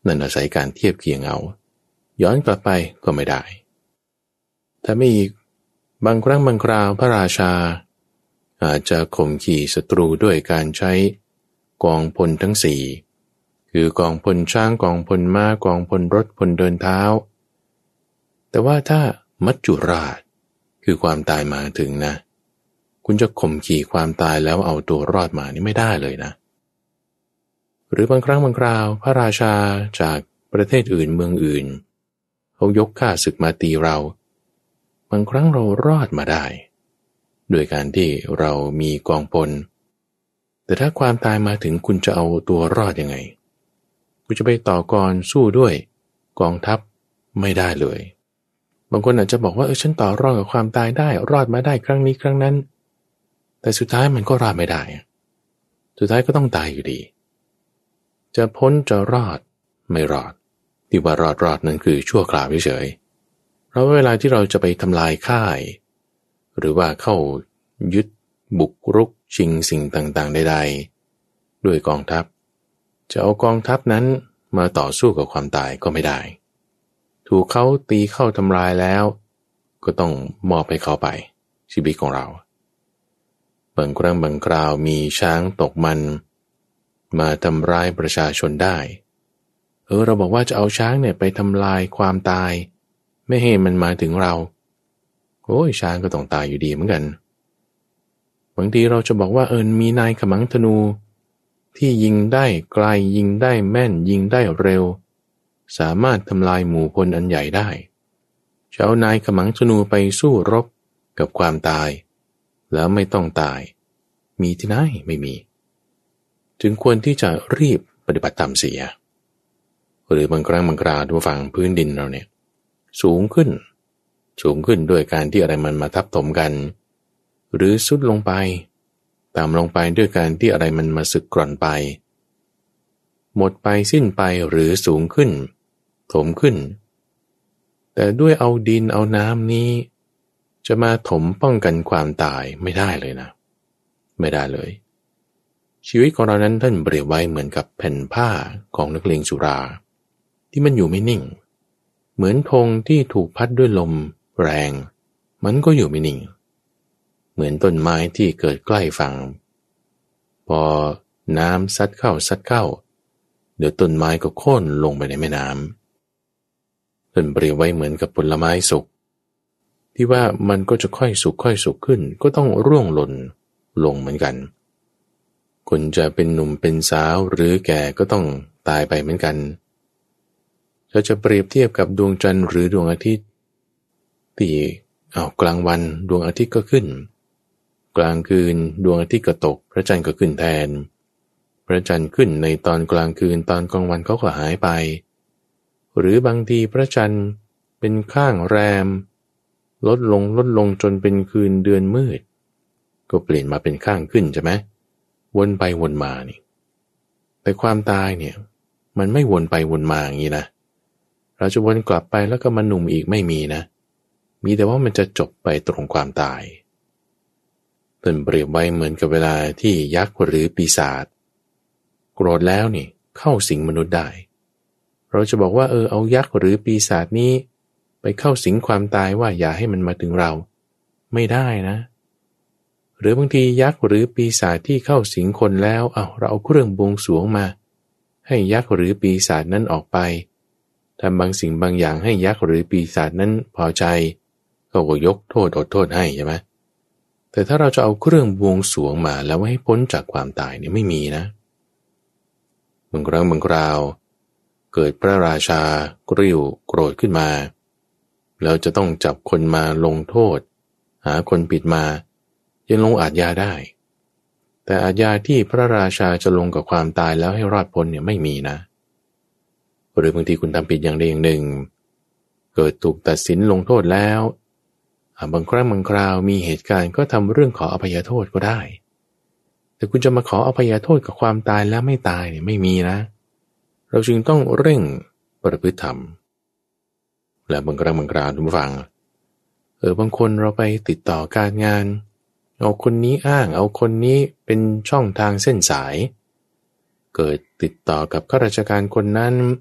Speaker 1: นั่นอาศัยการเทียบเคียงเอาย้อนกลับไปก็ไม่ได้ถ้าไม่อีกบางครั้งบางคราวพระราชาอาจจะข่มขี่ศัตรูด้วยการใช้กองพลทั้งสี่คือกองพลช้างกองพลม้ากองพลรถพลเดินเท้าแต่ว่าถ้ามัจจุราชคือความตายมาถึงนะคุณจะข่มขี่ความตายแล้วเอาตัวรอดมานี่ไม่ได้เลยนะหรือบางครั้งบางคราวพระราชาจากประเทศอื่นเมืองอื่นเขายกข้าศึกมาตีเราบางครั้งเรารอดมาได้โดยการที่เรามีกองพลแต่ถ้าความตายมาถึงคุณจะเอาตัวรอดยังไงคุณจะไปต่อกรสู้ด้วยกองทัพไม่ได้เลยบางคนอาจจะบอกว่าเออฉันต่อรอดกับความตายได้รอดมาได้ครั้งนี้ครั้งนั้นแต่สุดท้ายมันก็รอดไม่ได้สุดท้ายก็ต้องตายอยู่ดีจะพ้นจะรอดไม่รอดที่ว่ารอดรอดนั้นคือชั่วคราวเฉยๆเพราะเวลาที่เราจะไปทำลายค่ายหรือว่าเข้ายึดบุกรุกชิงสิ่งต่างๆใดๆด้วยกองทัพจะเอากองทัพนั้นมาต่อสู้กับความตายก็ไม่ได้ถูกเขาตีเข้าทำลายแล้วก็ต้องมอบให้เขาไปชีวิตของเราบางครั้งบางคราวมีช้างตกมันมาทำร้ายประชาชนได้เออเราบอกว่าจะเอาช้างเนี่ยไปทำลายความตายไม่ให้มันมาถึงเราโอ้ยช้างก็ต้องตายอยู่ดีเหมือนกันบางทีเราจะบอกว่าเออมีนายขมังธนูที่ยิงได้ไกลยิงได้แม่นยิงได้เร็วสามารถทำลายหมู่พลอันใหญ่ได้จะเอานายขมังธนูไปสู้รบกับความตายแล้วไม่ต้องตายมีที่ไหนไม่มีจึงควรที่จะรีบปฏิบัติตามเสียหรือบางครั้งบางคราวดูฝั่งพื้นดินเราเนี่ยสูงขึ้นสูงขึ้นด้วยการที่อะไรมันมาทับถมกันหรือสุดลงไปตามลงไปด้วยการที่อะไรมันมาสึกกร่อนไปหมดไปสิ้นไปหรือสูงขึ้นถมขึ้นแต่ด้วยเอาดินเอาน้ำนี้จะมาถมป้องกันความตายไม่ได้เลยนะไม่ได้เลยชีวิตของเรานั้นท่านเปรียบไว้เหมือนกับแผ่นผ้าของนักเลงสุราที่มันอยู่ไม่นิ่งเหมือนธงที่ถูกพัดด้วยลมแรงมันก็อยู่ไม่นิ่งเหมือนต้นไม้ที่เกิดใกล้ฝั่งพอน้ำซัดเข้าซัดเข้าเดี๋ยวต้นไม้ก็โค่นลงไปในแม่น้ำท่านเปรียบไว้เหมือนกับผลไม้สุกที่ว่ามันก็จะค่อยสุกค่อยสุกขึ้นก็ต้องร่วงหล่นลงเหมือนกันคนจะเป็นหนุ่มเป็นสาวหรือแก่ก็ต้องตายไปเหมือนกันเราจะเปรียบเทียบกับดวงจันทร์หรือดวงอาทิตย์ที่เอากลางวันดวงอาทิตย์ก็ขึ้นกลางคืนดวงอาทิตย์ก็ตกพระจันทร์ก็ขึ้นแทนพระจันทร์ขึ้นในตอนกลางคืนตอนกลางวันเขาก็หายไปหรือบางทีพระจันทร์เป็นข้างแรมลดลงลดลงจนเป็นคืนเดือนมืดก็เปลี่ยนมาเป็นข้างขึ้นใช่ไหมวนไปวนมานี่แต่ความตายเนี่ยมันไม่วนไปวนมาอย่างนี้นะเราจะวนกลับไปแล้วก็มาหนุ่มอีกไม่มีนะมีแต่ว่ามันจะจบไปตรงความตายต้นเปรียบไว้เหมือนกับเวลาที่ยักษ์หรือปีศาจโกรธแล้วนี่เข้าสิงมนุษย์ได้เราจะบอกว่าเออเอายักษ์หรือปีศาจนี้ไปเข้าสิงความตายว่าอย่าให้มันมาถึงเราไม่ได้นะหรือบางทียักษ์หรือปีศาจที่เข้าสิงคนแล้วเอาเราเอาเครื่องบวงสรวงมาให้ยักษ์หรือปีศาจนั้นออกไปทำบางสิ่งบางอย่างให้ยักษ์หรือปีศาจนั้นพอใจเขาก็ยกโทษอดโทษให้ใช่ไหมแต่ถ้าเราจะเอาเครื่องบวงสรวงมาแล้วให้พ้นจากความตายเนี่ยไม่มีนะบางครั้งบางคราวเกิดพระราชากริ้วโกรธขึ้นมาแล้วจะต้องจับคนมาลงโทษหาคนผิดมายังลงอาญาได้แต่อาญาที่พระราชาจะลงกับความตายแล้วให้รอดพ้นเนี่ยไม่มีนะหรือบางทีคุณทำผิดอย่างใดอย่างหนึ่งเกิดถูกตัดสินลงโทษแล้วบางครั้งบางคราวมีเหตุการณ์ก็ทำเรื่องขออภัยโทษก็ได้แต่คุณจะมาขออภัยโทษกับความตายแล้วไม่ตายเนี่ยไม่มีนะเราจึงต้องเร่งประพฤติธรรมและบางครั้งบางคราวทุกฟังเออบางคนเราไปติดต่อการงานเอาคนนี้อ้างเอาคนนี้เป็นช่องทางเส้นสายเกิดติดต่อกับข้าราชการคนนั้น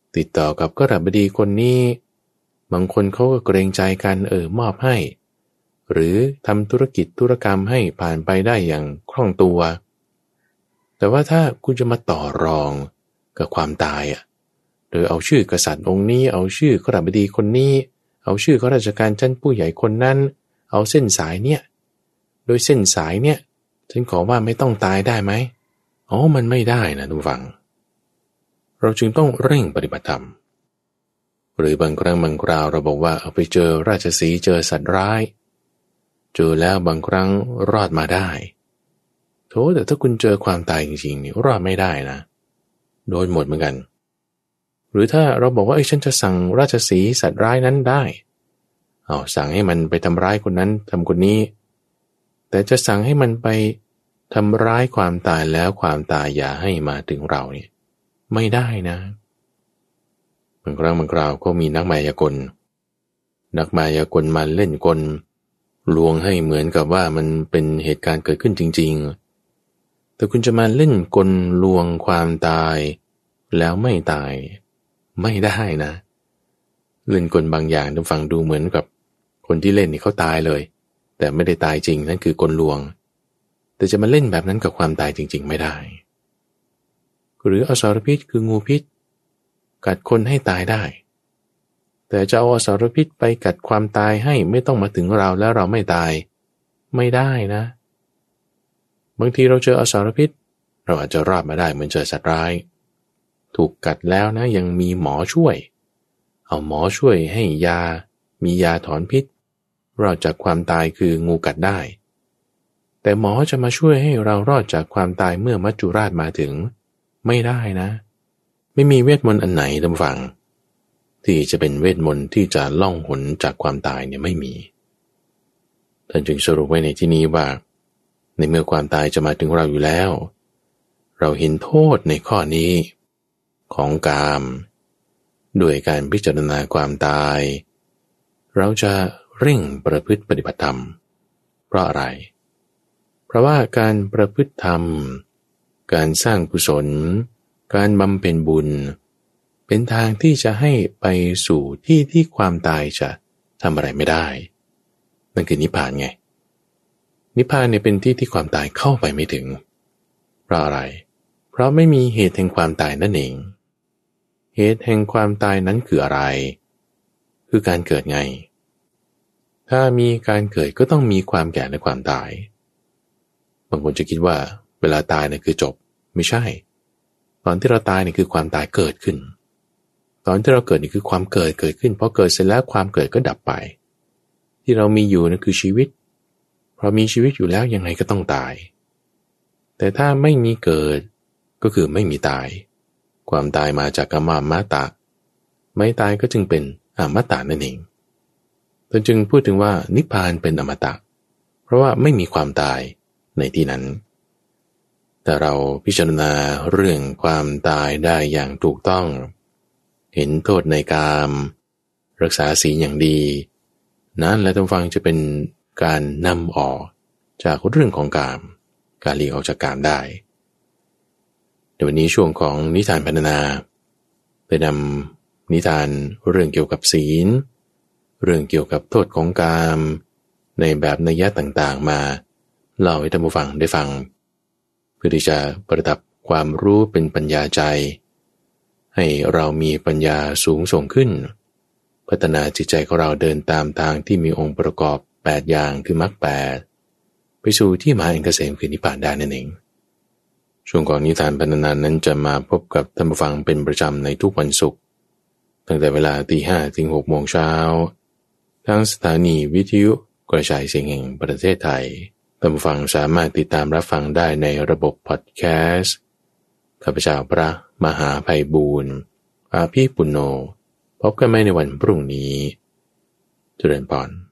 Speaker 1: ติดต่อกับกบดีคนนี้บางคนเขาก็เกรงใจกันเออมอบให้หรือทำธุรกิจธุรกรรมให้ผ่านไปได้อย่างคล่องตัวแต่ว่าถ้าคุณจะมาต่อรองกับความตายอ่ะโดยเอาชื่อกษัตริย์องค์นี้เอาชื่อกบดีคนนี้เอาชื่อข้าราชการชั้นผู้ใหญ่คนนั้นเอาเส้นสายเนี่ยโดยเส้นสายเนี่ยฉันขอว่าไม่ต้องตายได้ไหมอ๋อมันไม่ได้นะทุกฝังเราจึงต้องเร่งปฏิบัติธรรมหรือบางครั้งบางคราวเราบอกว่าเอาไปเจอราชสีห์เจอสัตว์ร้ายเจอแล้วบางครั้งรอดมาได้โธ่แต่ถ้าคุณเจอความตายจริงๆนี่รอดไม่ได้นะโดนหมดเหมือนกันหรือถ้าเราบอกว่าไอ้ฉันจะสั่งราชสีห์สัตว์ร้ายนั้นได้เอาสั่งให้มันไปทำร้ายคนนั้นทำคนนี้แต่จะสั่งให้มันไปทำร้ายความตายแล้วความตายอย่าให้มาถึงเราเนี่ยไม่ได้นะบางครั้งบางคราวก็มีนักมายากลนักมายากลมาเล่นกลลวงให้เหมือนกับว่ามันเป็นเหตุการณ์เกิดขึ้นจริงๆแต่คุณจะมาเล่นกลลวงความตายแล้วไม่ตายไม่ได้นะเล่นกลบางอย่างต้องฟังดูเหมือนกับคนที่เล่นนี่เขาตายเลยแต่ไม่ได้ตายจริงนั่นคือกลลวงแต่จะมาเล่นแบบนั้นกับความตายจริงๆไม่ได้หรืออสรพิษคืองูพิษกัดคนให้ตายได้แต่จะเอาอสรพิษไปกัดความตายให้ไม่ต้องมาถึงเราแล้วเราไม่ตายไม่ได้นะบางทีเราเจออสรพิษเราอาจจะรอดมาได้เหมือนเจอสัตว์ร้ายถูกกัดแล้วนะยังมีหมอช่วยเอาหมอช่วยให้ยามียาถอนพิษรอดจากความตายคืองูกัดได้แต่หมอจะมาช่วยให้เรารอดจากความตายเมื่อมัจจุราชมาถึงไม่ได้นะไม่มีเวทมนต์อันไหนท่านฟังที่จะเป็นเวทมนต์ที่จะล่องหนจากความตายเนี่ยไม่มีท่านจึงสรุปไว้ในที่นี้ว่าในเมื่อความตายจะมาถึงเราอยู่แล้วเราเห็นโทษในข้อนี้ของกามด้วยการพิจารณาความตายเราจะเร่งประพฤติปฏิบัติธรรมเพราะอะไรเพราะว่าการประพฤติธรรมการสร้างกุศลการบำเพ็ญบุญเป็นทางที่จะให้ไปสู่ที่ที่ความตายจะทำอะไรไม่ได้นั่นคือนิพพานไงนิพพานเนี่ยเป็นที่ที่ความตายเข้าไปไม่ถึงเพราะอะไรเพราะไม่มีเหตุแห่งความตายนั่นเองเหตุแห่งความตายนั้นคืออะไรคือการเกิดไงถ้ามีการเกิดก็ต้องมีความแก่และความตายบางคนจะคิดว่าเวลาตายเนี่ยคือจบไม่ใช่ตอนที่เราตายเนี่ยคือความตายเกิดขึ้นตอนที่เราเกิดนี่คือความเกิดเกิดขึ้นพอเกิดเสร็จแล้วความเกิดก็ดับไปที่เรามีอยู่นั่นคือชีวิตเพราะมีชีวิตอยู่แล้วยังไงก็ต้องตายแต่ถ้าไม่มีเกิดก็คือไม่มีตายความตายมาจากกามามตะไม่ตายก็จึงเป็นอมตะนั่นเองท่านจึงพูดถึงว่านิพพานเป็นอมตะเพราะว่าไม่มีความตายในที่นั้นแต่เราพิจารณาเรื่องความตายได้อย่างถูกต้องเห็นโทษในกามรักษาศีลอย่างดีนั้นและท่านฟังจะเป็นการนำออกจากเรื่องของกามการหลีกออกจากกามได้ในวันนี้ช่วงของนิทานพรรณนาได้นำนิทานเรื่องเกี่ยวกับศีลเรื่องเกี่ยวกับโทษของกามในแบบนัยยะต่างๆมาเล่าให้ท่านผู้ฟังได้ฟังเพื่อที่จะประดับความรู้เป็นปัญญาใจให้เรามีปัญญาสูงส่งขึ้นพัฒนาจิตใจของเราเดินตามทางที่มีองค์ประกอบแปดอย่างคือมรรคแปดไปสู่ที่มหาเอกเกษมคือนิพพานได้นั่นเองช่วงก่อนนิทานพรรณนานั้นจะมาพบกับท่านผู้ฟังเป็นประจำในทุกวันศุกร์ตั้งแต่เวลาตีห้าถึงหกโมงเช้าทางสถานีวิทยุกระจายเสียงแห่งประเทศไทยท่านผู้ฟังสามารถติดตามรับฟังได้ในระบบพอดแคสต์ข้าพเจ้าพระมหาไพบูลย์อาภีปุณโญพบกันใหม่ในวันพรุ่งนี้เจริญพร